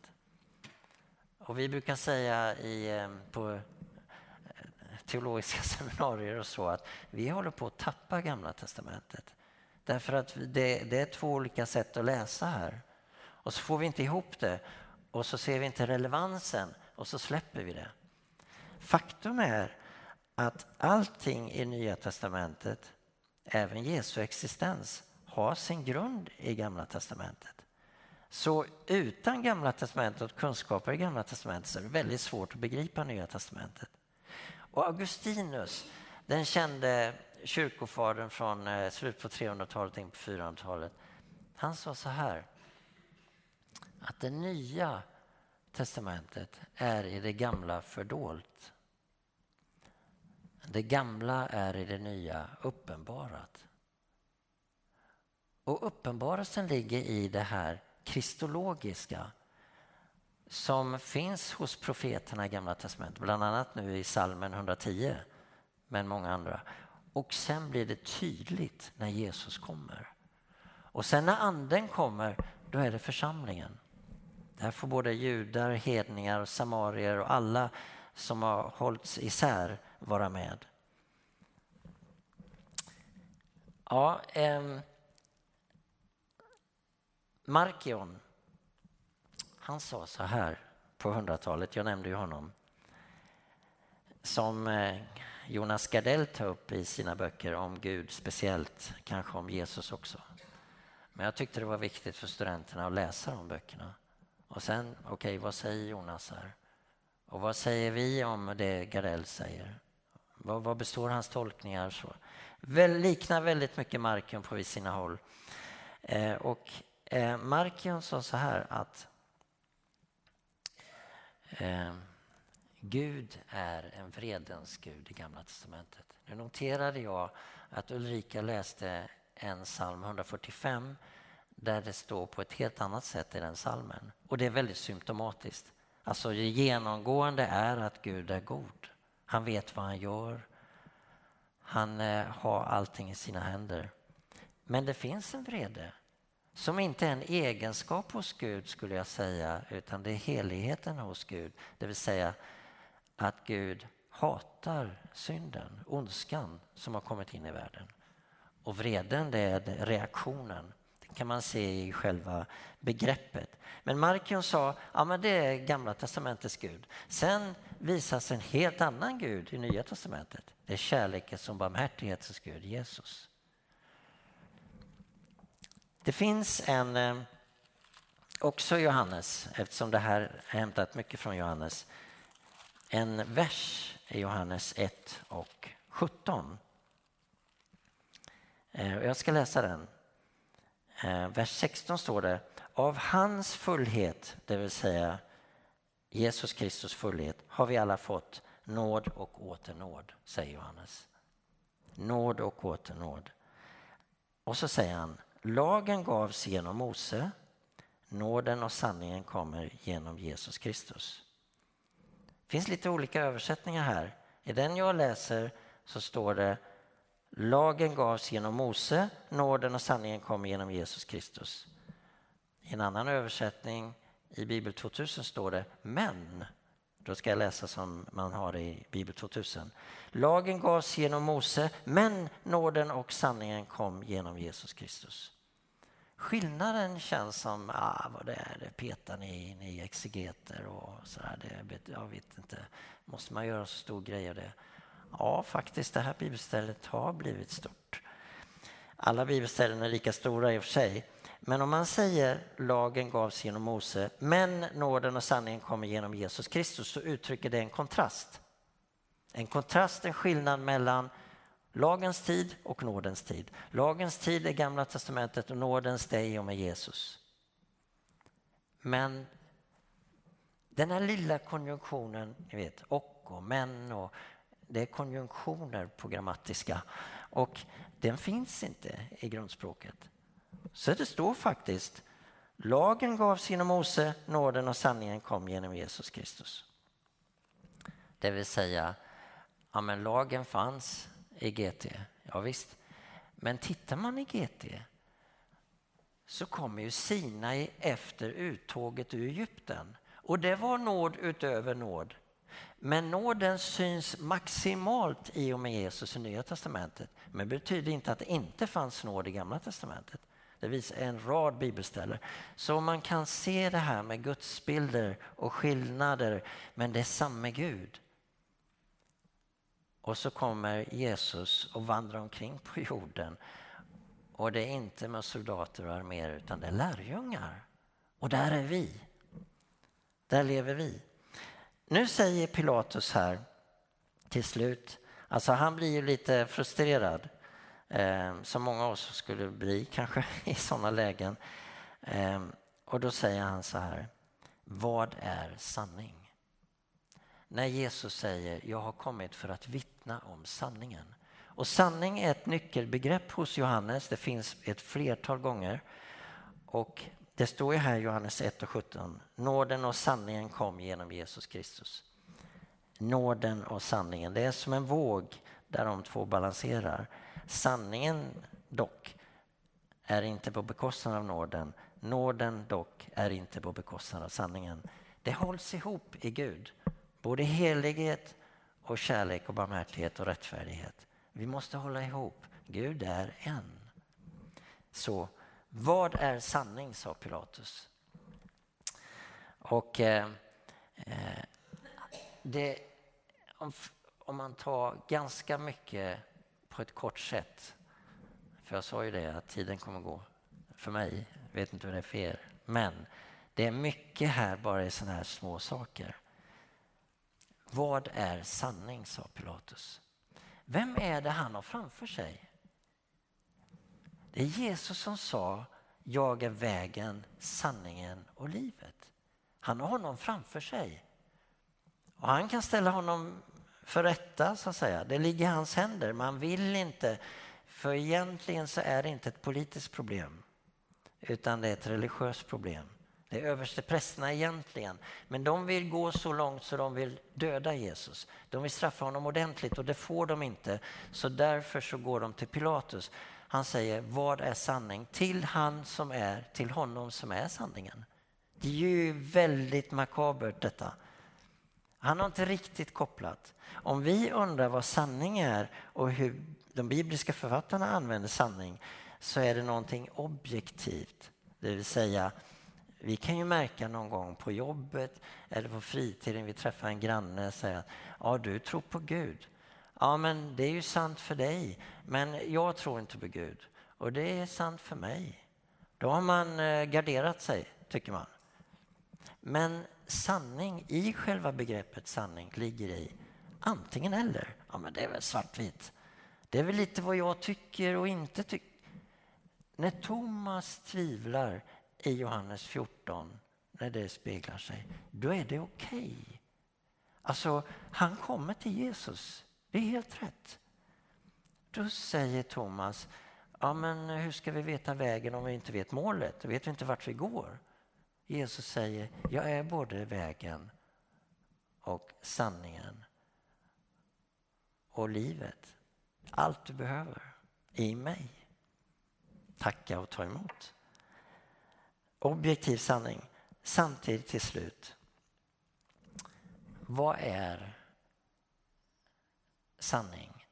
Och vi brukar säga i, på teologiska seminarier och så att vi håller på att tappa Gamla testamentet. Därför att det, det är två olika sätt att läsa här. Och så får vi inte ihop det. Och så ser vi inte relevansen. Och så släpper vi det. Faktum är att allting i Nya testamentet, även Jesu existens, har sin grund i Gamla testamentet. Så utan Gamla testamentet och kunskaper i Gamla testamentet så är det väldigt svårt att begripa Nya testamentet. Och Augustinus, den kände kyrkofadern från eh, slut på trehundratalet in på fyrahundratalet, han sa så här, att det nya testamentet är i det gamla fördolt. Det gamla är i det nya uppenbarat. Och uppenbarelsen ligger i det här kristologiska som finns hos profeterna i Gamla testamentet. Bland annat nu i Psalmen hundratio, men många andra. Och sen blir det tydligt när Jesus kommer. Och sen när anden kommer, då är det församlingen. Där får både judar, hedningar och samarier och alla som har hållits isär vara med. Ja, eh, Markion, han sa så här på hundratalet, jag nämnde ju honom, som eh, Jonas Gardell tar upp i sina böcker om Gud speciellt, kanske om Jesus också. Men jag tyckte det var viktigt för studenterna att läsa de böckerna. Och sen, okej, okay, vad säger Jonas här? Och vad säger vi om det Gardell säger? Vad, vad består hans tolkningar? Så? Väl, liknar väldigt mycket Markion på sina håll. Eh, och eh, Markion sa så här att eh, Gud är en vredens Gud i Gamla testamentet. Nu noterade jag att Ulrika läste en psalm hundrafyrtiofem där det står på ett helt annat sätt i den psalmen. Och det är väldigt symptomatiskt. Alltså det genomgående är att Gud är god. Han vet vad han gör. Han eh, har allting i sina händer. Men det finns en vrede som inte är en egenskap hos Gud skulle jag säga, utan det är heligheten hos Gud. Det vill säga att Gud hatar synden, ondskan som har kommit in i världen. Och vreden, det är reaktionen. Det kan man se i själva begreppet. Men Markion sa, ja men det är Gamla testamentets Gud. Sen visas en helt annan Gud i Nya testamentet. Det är kärlekens och barmhärtighetens Gud, Jesus. Det finns en, eh, också Johannes, eftersom det här är hämtat mycket från Johannes, en vers i Johannes ett och sjutton. Eh, jag ska läsa den. Eh, vers sexton står det, av hans fullhet, det vill säga Jesus Kristus fullhet, har vi alla fått nåd och åter nåd, säger Johannes. Nåd och åter nåd. Och så säger han, lagen gavs genom Mose, nåden och sanningen kommer genom Jesus Kristus. Det finns lite olika översättningar här. I den jag läser så står det, lagen gavs genom Mose, nåden och sanningen kommer genom Jesus Kristus. I en annan översättning i Bibel tvåtusen står det, men, då ska jag läsa som man har i Bibel tvåtusen. Lagen gavs genom Mose, men nåden och sanningen kom genom Jesus Kristus. Skillnaden känns som, ah, vad det är, det petar ni in i exegeter och sådär, det, jag vet inte, måste man göra så stor grej av det? Ja, faktiskt det här bibelstället har blivit stort. Alla bibelställen är lika stora i och för sig. Men om man säger lagen gavs genom Mose, men nåden och sanningen kommer genom Jesus Kristus, så uttrycker det en kontrast. En kontrast, en skillnad mellan lagens tid och nådens tid. Lagens tid är Gamla testamentet och nådens det och med Jesus. Men den här lilla konjunktionen, ni vet, och och men och det är konjunktioner på grammatiska och den finns inte i grundspråket. Så det står faktiskt, lagen gavs genom Mose, nåden och sanningen kom genom Jesus Kristus. Det vill säga, ja men lagen fanns i G T, ja visst. Men tittar man i G T så kommer ju Sinai efter uttåget ur Egypten. Och det var nåd utöver nåd. Men nåden syns maximalt i och med Jesus i Nya testamentet. Men det betyder inte att det inte fanns nåd i Gamla testamentet. Det visar en rad bibelställen. Så man kan se det här med gudsbilder och skillnader. Men det är samma Gud. Och så kommer Jesus och vandrar omkring på jorden. Och det är inte med soldater och arméer utan det är lärjungar. Och där är vi. Där lever vi. Nu säger Pilatus här till slut. Alltså han blir ju lite frustrerad. Eh, som många av oss skulle bli kanske i sådana lägen. Eh, och då säger han så här. Vad är sanning? När Jesus säger jag har kommit för att vittna om sanningen. Och sanning är ett nyckelbegrepp hos Johannes. Det finns ett flertal gånger. Och det står ju här i Johannes ett och sjutton. Nåden och sanningen kom genom Jesus Kristus. Nåden och sanningen. Det är som en våg där de två balanserar. Sanningen dock är inte på bekostnad av nåden. Nåden dock är inte på bekostnad av sanningen. Det hålls ihop i Gud. Både helighet och kärlek och barmhärtighet och rättfärdighet. Vi måste hålla ihop. Gud är en. Så vad är sanning, sa Pilatus. Och eh, det, om, om man tar ganska mycket på ett kort sätt. För jag sa ju det att tiden kommer gå för mig. Jag vet inte hur det är för er. Men det är mycket här bara i såna här små saker. Vad är sanning, sa Pilatus. Vem är det han har framför sig? Det är Jesus som sa, jag är vägen, sanningen och livet. Han har honom framför sig. Och han kan ställa honom för rätta, så att säga. Det ligger i hans händer. Man vill inte, för egentligen så är det inte ett politiskt problem. Utan det är ett religiöst problem. Det är översteprästerna egentligen. Men de vill gå så långt så de vill döda Jesus. De vill straffa honom ordentligt och det får de inte. Så därför så går de till Pilatus. Han säger, vad är sanning? Till han som är, till honom som är sanningen. Det är ju väldigt makabert detta. Han har inte riktigt kopplat. Om vi undrar vad sanning är och hur de bibliska författarna använder sanning, så är det någonting objektivt. Det vill säga, vi kan ju märka någon gång på jobbet eller på fritiden, vi träffar en granne och säger att ja, du tror på Gud. Ja, men det är ju sant för dig, men jag tror inte på Gud. Och det är sant för mig. Då har man garderat sig, tycker man. Men sanning, i själva begreppet sanning, ligger i antingen eller. Ja, men det är väl svartvitt. Det är väl lite vad jag tycker och inte tycker. När Thomas tvivlar i Johannes fjorton, när det speglar sig, då är det okej. Okay. Alltså, han kommer till Jesus. Det är helt rätt. Då säger Thomas, ja, men hur ska vi veta vägen om vi inte vet målet? Då vet vi inte vart vi går. Jesus säger, jag är både vägen och sanningen och livet. Allt du behöver i mig. Tacka och ta emot. Objektiv sanning. Samtidigt till slut. Vad är sanning?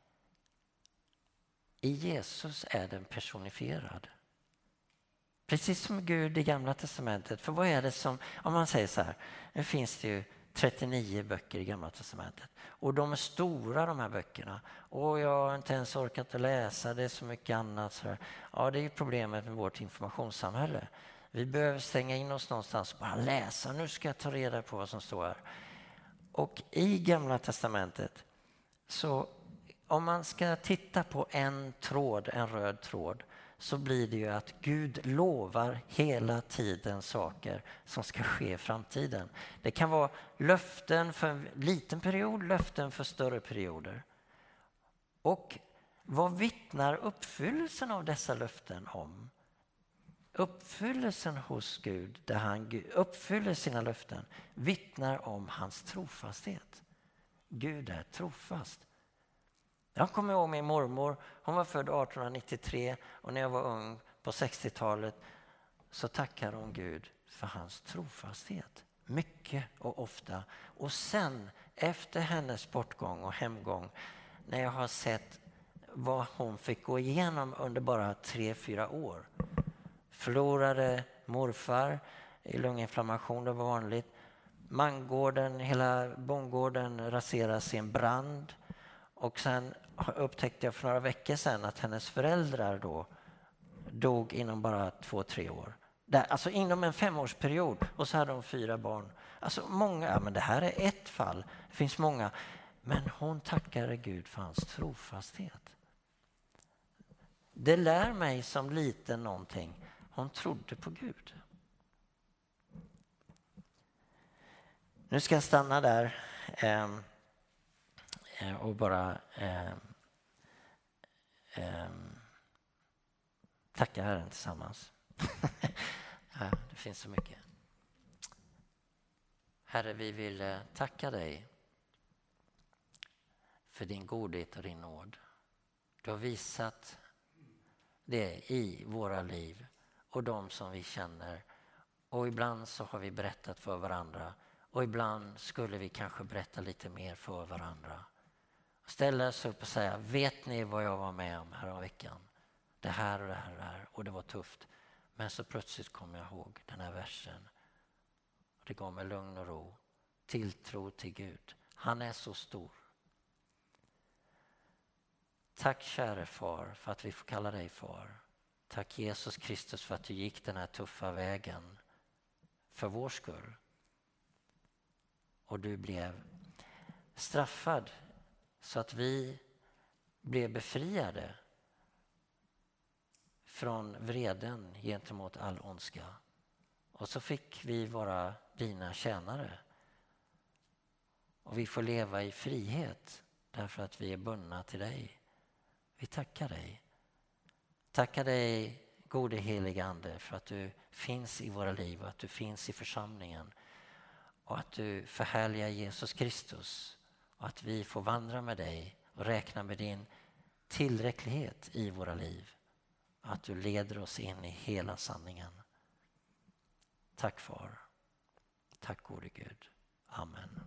I Jesus är den personifierad. Precis som Gud i Gamla testamentet. För vad är det som, om man säger så här, nu finns det ju trettionio böcker i Gamla testamentet. Och de är stora, de här böckerna. Och jag har inte ens orkat att läsa, det är så mycket annat. Så här. Ja, det är ju problemet med vårt informationssamhälle. Vi behöver stänga in oss någonstans och bara läsa. Nu ska jag ta reda på vad som står här. Och i Gamla testamentet, så om man ska titta på en tråd, en röd tråd, så blir det ju att Gud lovar hela tiden saker som ska ske i framtiden. Det kan vara löften för en liten period, löften för större perioder. Och vad vittnar uppfyllelsen av dessa löften om? Uppfyllelsen hos Gud, där han uppfyller sina löften, vittnar om hans trofasthet. Gud är trofast. Jag kommer ihåg min mormor, hon var född arton nittiotre och när jag var ung på sextiotalet så tackade hon Gud för hans trofasthet. Mycket och ofta. Och sen efter hennes bortgång och hemgång, när jag har sett vad hon fick gå igenom under bara tre, fyra år. Förlorade morfar i lunginflammation, det var vanligt. Mangården, hela bondgården raseras i en brand. Och sen upptäckte jag för några veckor sedan att hennes föräldrar då dog inom bara två, tre år. Där, alltså inom en femårsperiod. Och så hade de fyra barn. Alltså många, ja, men det här är ett fall. Det finns många. Men hon tackade Gud för hans trofasthet. Det lär mig som liten någonting. Hon trodde på Gud. Nu ska jag stanna där. Eh, och bara eh, eh, tacka Herren tillsammans. Ja, det finns så mycket. Herre, vi vill tacka dig för din godhet och din nåd. Du har visat det i våra liv och de som vi känner. Och ibland så har vi berättat för varandra. Och ibland skulle vi kanske berätta lite mer för varandra. Ställa oss upp och säga, vet ni vad jag var med om här om veckan? Det här och det här och det här. Och det var tufft. Men så plötsligt kom jag ihåg den här versen. Det gav mig lugn och ro. Tilltro till Gud. Han är så stor. Tack käre far för att vi får kalla dig far. Tack Jesus Kristus för att du gick den här tuffa vägen för vår skull. Och du blev straffad så att vi blev befriade från vreden gentemot all ondska. Och så fick vi vara dina tjänare. Och vi får leva i frihet därför att vi är bundna till dig. Vi tackar dig. Tackar dig, gode heliga Ande, för att du finns i våra liv och att du finns i församlingen. Och att du förhärligar Jesus Kristus. Och att vi får vandra med dig och räkna med din tillräcklighet i våra liv. Att du leder oss in i hela sanningen. Tack far. Tack gode Gud. Amen.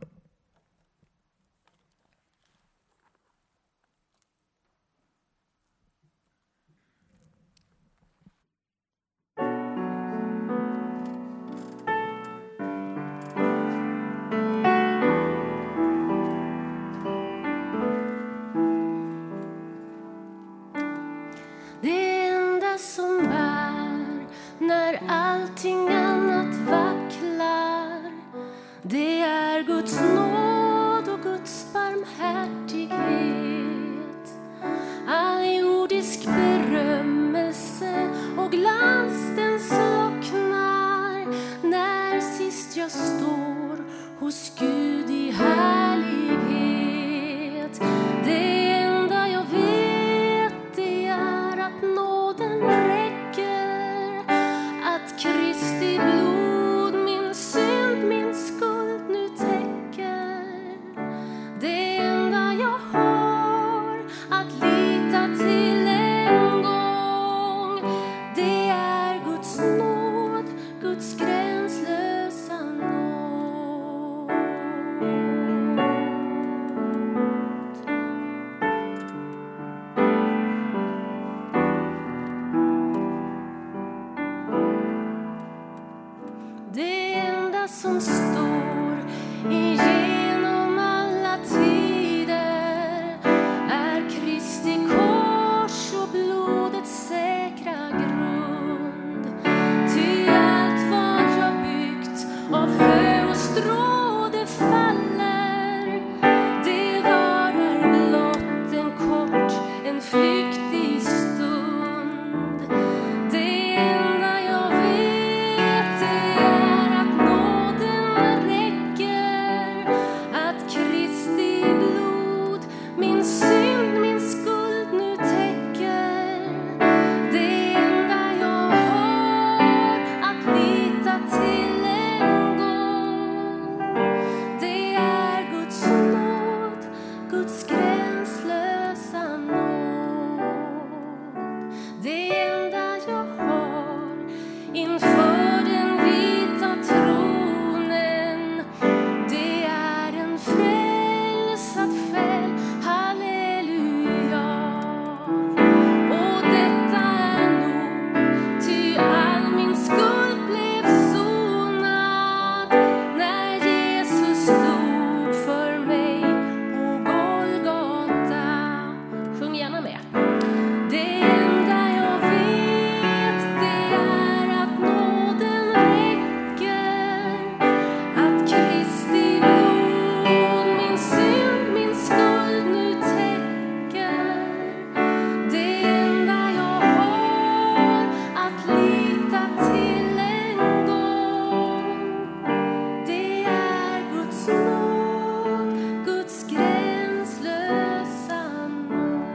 Guds gränslösa nåd. Det enda jag har inför den vita tronen, det är en frälsad själ. Halleluja. Och detta är nog, ty all min skuld blev sonad när Jesus stod för mig på Golgata. Sjung gärna med. Det enda jag vet, det är att nåden räcker, att Kristi blod min synd, min skuld nu täcker. Det enda jag har att lita till en gång, det är Guds nåd, Guds gränslösa nåd.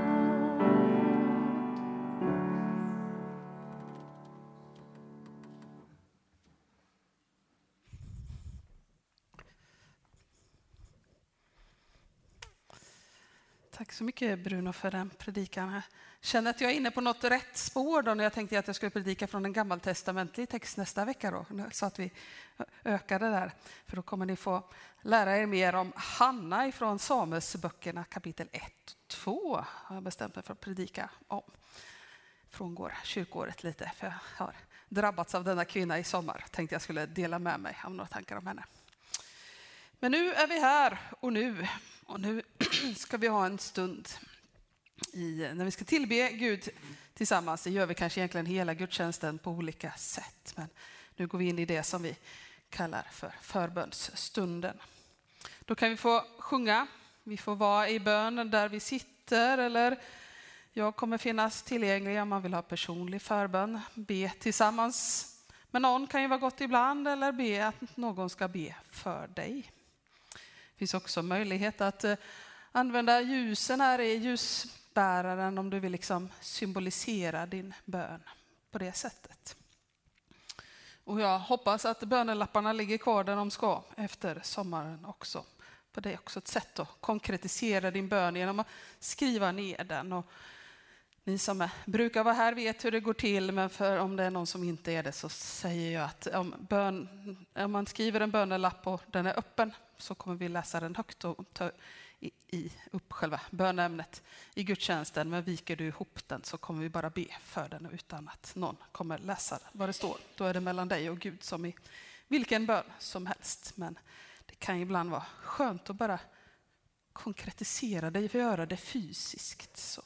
Tack så mycket Bruno för den predikan. Jag känner att jag är inne på något rätt spår då när jag tänkte att jag skulle predika från en gammaltestamentlig text nästa vecka då, så att vi ökar det där. För då kommer ni få lära er mer om Hanna ifrån Samuelsböckerna kapitel ett och två har jag bestämt mig för att predika om. Frångår kyrkåret lite, för jag har drabbats av denna kvinna i sommar. Tänkte jag skulle dela med mig av några tankar om henne. Men nu är vi här och nu. Och nu ska vi ha en stund i, när vi ska tillbe Gud tillsammans. Det gör vi kanske egentligen hela gudstjänsten på olika sätt. Men nu går vi in i det som vi kallar för förbönsstunden. Då kan vi få sjunga. Vi får vara i bön där vi sitter. Eller jag kommer finnas tillgänglig om man vill ha personlig förbön. Be tillsammans med någon kan ju vara gott ibland. Eller be att någon ska be för dig. Det finns också möjlighet att eh, använda ljusen här i ljusbäraren om du vill liksom symbolisera din bön på det sättet. Och jag hoppas att bönelapparna ligger kvar där de ska efter sommaren också. För det är också ett sätt att konkretisera din bön genom att skriva ner den. Och ni som är, brukar vara här vet hur det går till, men för om det är någon som inte är det så säger jag att om, bön, om man skriver en bönelapp och den är öppen så kommer vi läsa den högt och ta i, i upp själva bönämnet i gudstjänsten. Men viker du ihop den så kommer vi bara be för den utan att någon kommer läsa vad det står. Då är det mellan dig och Gud som i vilken bön som helst. Men det kan ibland vara skönt att bara konkretisera det, för att göra det fysiskt. Så.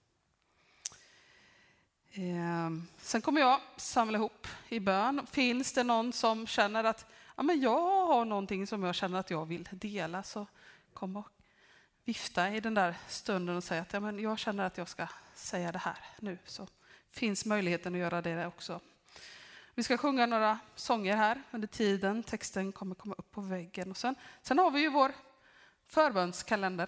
Sen kommer jag samla ihop i bön. Finns det någon som känner att ja, men jag har någonting som jag känner att jag vill dela, så kom och vifta i den där stunden och säga att ja, men jag känner att jag ska säga det här nu. Så finns möjligheten att göra det också. Vi ska sjunga några sånger här under tiden. Texten kommer komma upp på väggen. Och sen, sen har vi ju vår förbönskalender.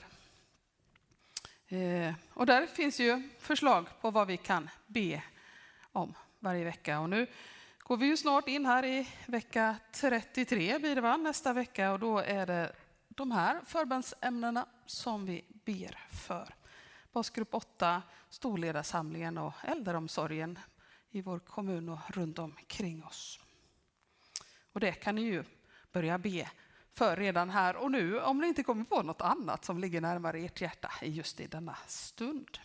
Eh, och där finns ju förslag på vad vi kan be om varje vecka. Och nu går vi ju snart in här i vecka trettiotre blir det va? Nästa vecka. Och då är det de här förbönsämnena som vi ber för. Basgrupp åtta, storledarsamlingen och äldreomsorgen i vår kommun och runt omkring oss. Och det kan ni ju börja be för redan här och nu, om ni inte kommer på något annat som ligger närmare ert hjärta just i denna stund.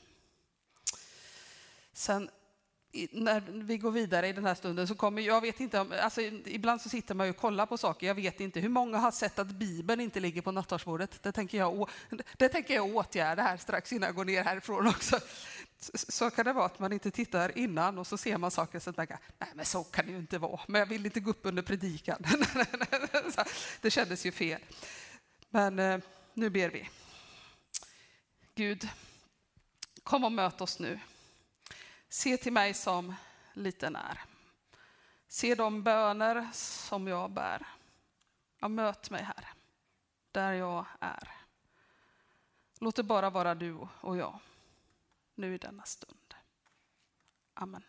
Sen när vi går vidare i den här stunden så kommer, jag vet inte, om, alltså ibland så sitter man ju och kollar på saker, jag vet inte hur många har sett att Bibeln inte ligger på nattvardsbordet. Det tänker jag, det tänker jag åtgärda här strax innan jag går ner härifrån också. Så kan det vara att man inte tittar innan och så ser man saker och så tänker nej men så kan det ju inte vara, men jag vill inte gå upp under predikan. Det kändes ju fel. Men eh, nu ber vi. Gud, kom och möt oss nu. Se till mig som liten är. Se de böner som jag bär. Ja, möt mig här, där jag är. Låt det bara vara du och jag, nu i denna stund. Amen.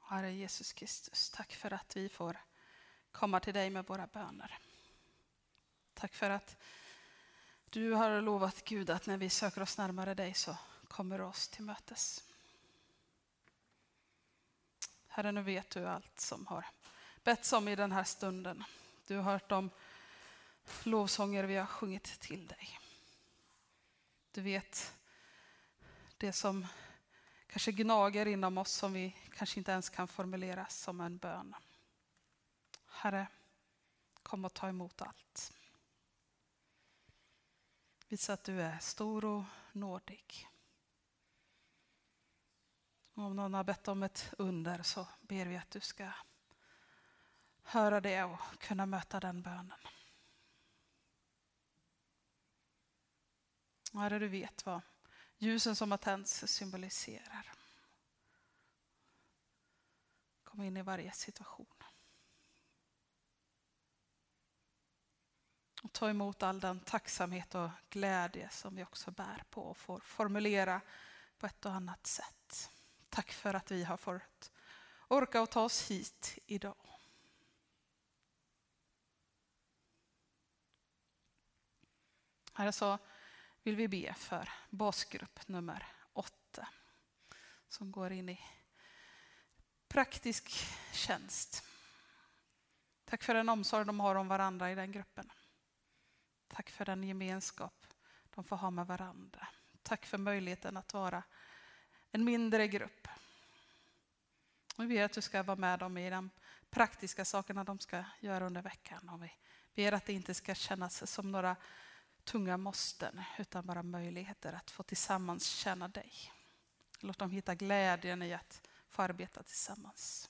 Herre Jesus Kristus, tack för att vi får komma till dig med våra böner. Tack för att du har lovat Gud att när vi söker oss närmare dig så kommer du oss till mötes. Herre, nu vet du allt som har betts om i den här stunden. Du har hört de lovsånger vi har sjungit till dig. Du vet det som kanske gnager inom oss som vi kanske inte ens kan formulera som en bön. Herre, kom och ta emot allt. Visa att du är stor och nådig. Om någon har bett om ett under så ber vi att du ska höra det och kunna möta den bönen. Herre, du vet vad ljusen som har tänts symboliserar. Kom in i varje situation. Och ta emot all den tacksamhet och glädje som vi också bär på och får formulera på ett och annat sätt. Tack för att vi har fått orka och ta oss hit idag. Här så vill vi be för basgrupp nummer åtta som går in i praktisk tjänst. Tack för den omsorg de har om varandra i den gruppen. Tack för den gemenskap de får ha med varandra. Tack för möjligheten att vara en mindre grupp. Vi ber att du ska vara med dem i de praktiska sakerna de ska göra under veckan. Och vi ber att det inte ska kännas som några tunga måsten utan bara möjligheter att få tillsammans känna dig. Låt dem hitta glädjen i att få arbeta tillsammans.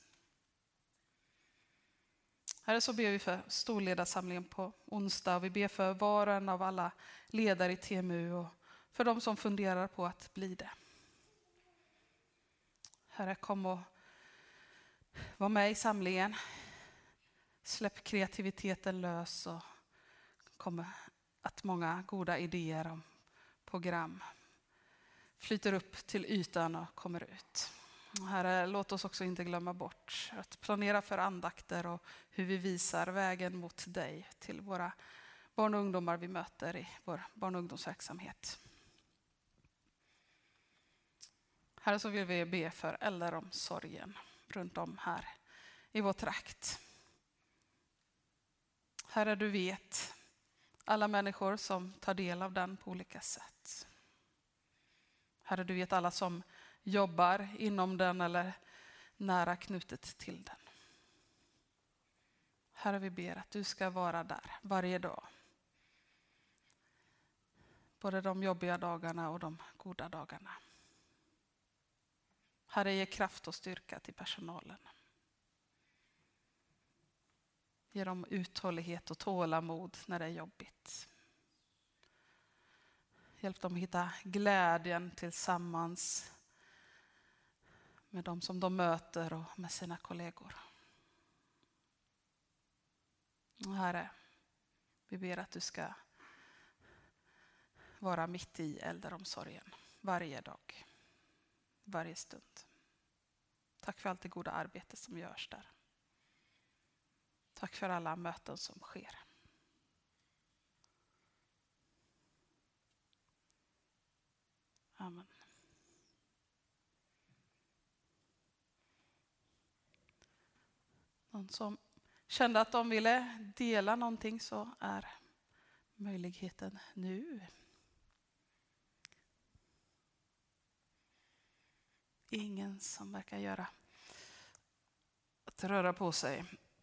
Här så ber vi för storledarsamlingen på onsdag och vi ber för var och en av alla ledare i T M U och för de som funderar på att bli det. Herre, kom och var med i samlingen. Släpp kreativiteten lös och kom att många goda idéer om program flyter upp till ytan och kommer ut. Herre, låt oss också inte glömma bort att planera för andakter och hur vi visar vägen mot dig till våra barn och ungdomar vi möter i vår barn- och ungdomsverksamhet. Herre, så vill vi be för äldreomsorgen runt om här i vår trakt. Herre, du vet alla människor som tar del av den på olika sätt. Herre, du vet alla som jobbar inom den eller nära knutet till den. Herre, vi ber att du ska vara där varje dag. Både de jobbiga dagarna och de goda dagarna. Herre, ge kraft och styrka till personalen. Ge dem uthållighet och tålamod när det är jobbigt. Hjälp dem hitta glädjen tillsammans med dem som de möter och med sina kollegor. Och Herre, vi ber att du ska vara mitt i äldreomsorgen varje dag, varje stund. Tack för allt det goda arbete som görs där. Tack för alla möten som sker. Amen. Någon som kände att de ville dela någonting så är möjligheten nu. Ingen som verkar göra att röra på sig.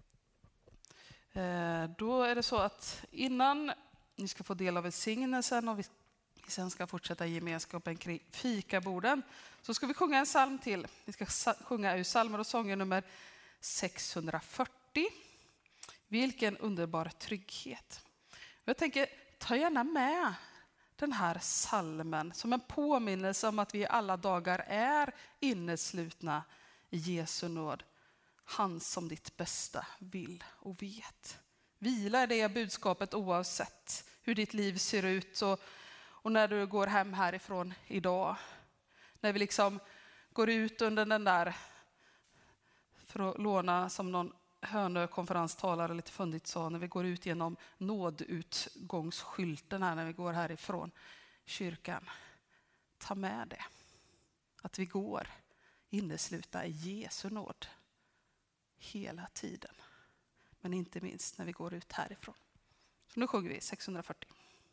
Eh, då är det så att innan ni ska få del av välsignelsen och vi sen ska fortsätta gemenskapen kring fikaborden så ska vi sjunga en psalm till. Vi ska sjunga ur psalmer och sånger nummer sexhundrafyrtio. Vilken underbar trygghet. Jag tänker, ta gärna med den här psalmen som en påminnelse om att vi alla dagar är inneslutna i Jesu nåd. Han som ditt bästa vill och vet. Vila i det budskapet oavsett hur ditt liv ser ut och, och när du går hem härifrån idag. När vi liksom går ut under den där För att låna, som någon Hönö-konferenstalare lite fundigt sa, när vi går ut genom nådutgångsskylten här när vi går härifrån kyrkan. Ta med det. Att vi går innesluta i Jesu nåd hela tiden. Men inte minst när vi går ut härifrån. Så nu sjunger vi sexhundrafyrtio.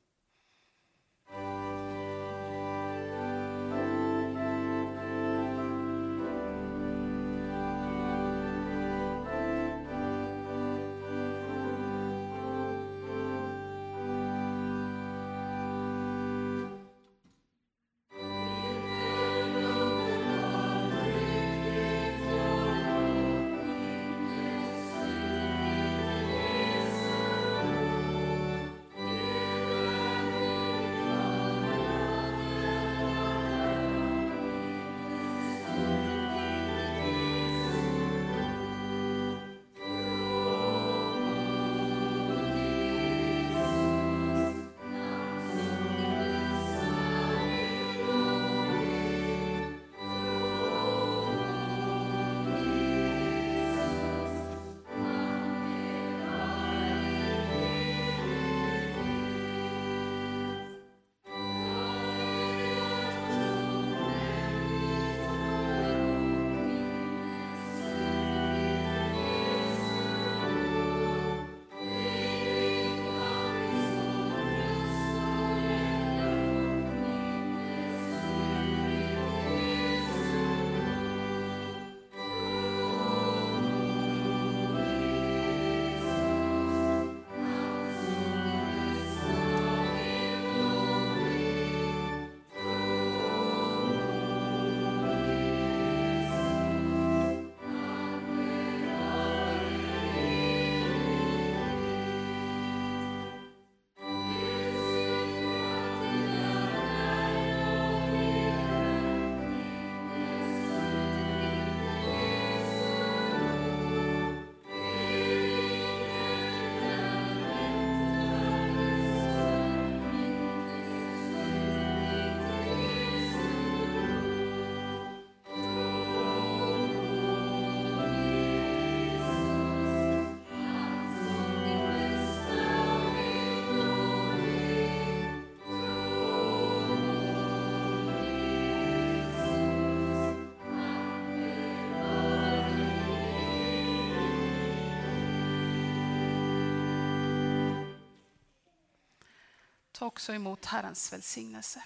Ta också emot Herrens välsignelse.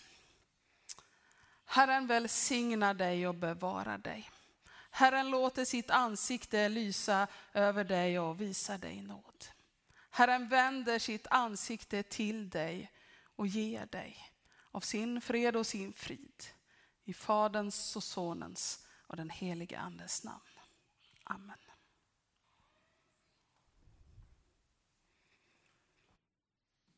Herren välsignar dig och bevarar dig. Herren låter sitt ansikte lysa över dig och visa dig nåd. Herren vänder sitt ansikte till dig och ger dig av sin fred och sin frid. I Faderns och Sonens och den helige Andes namn.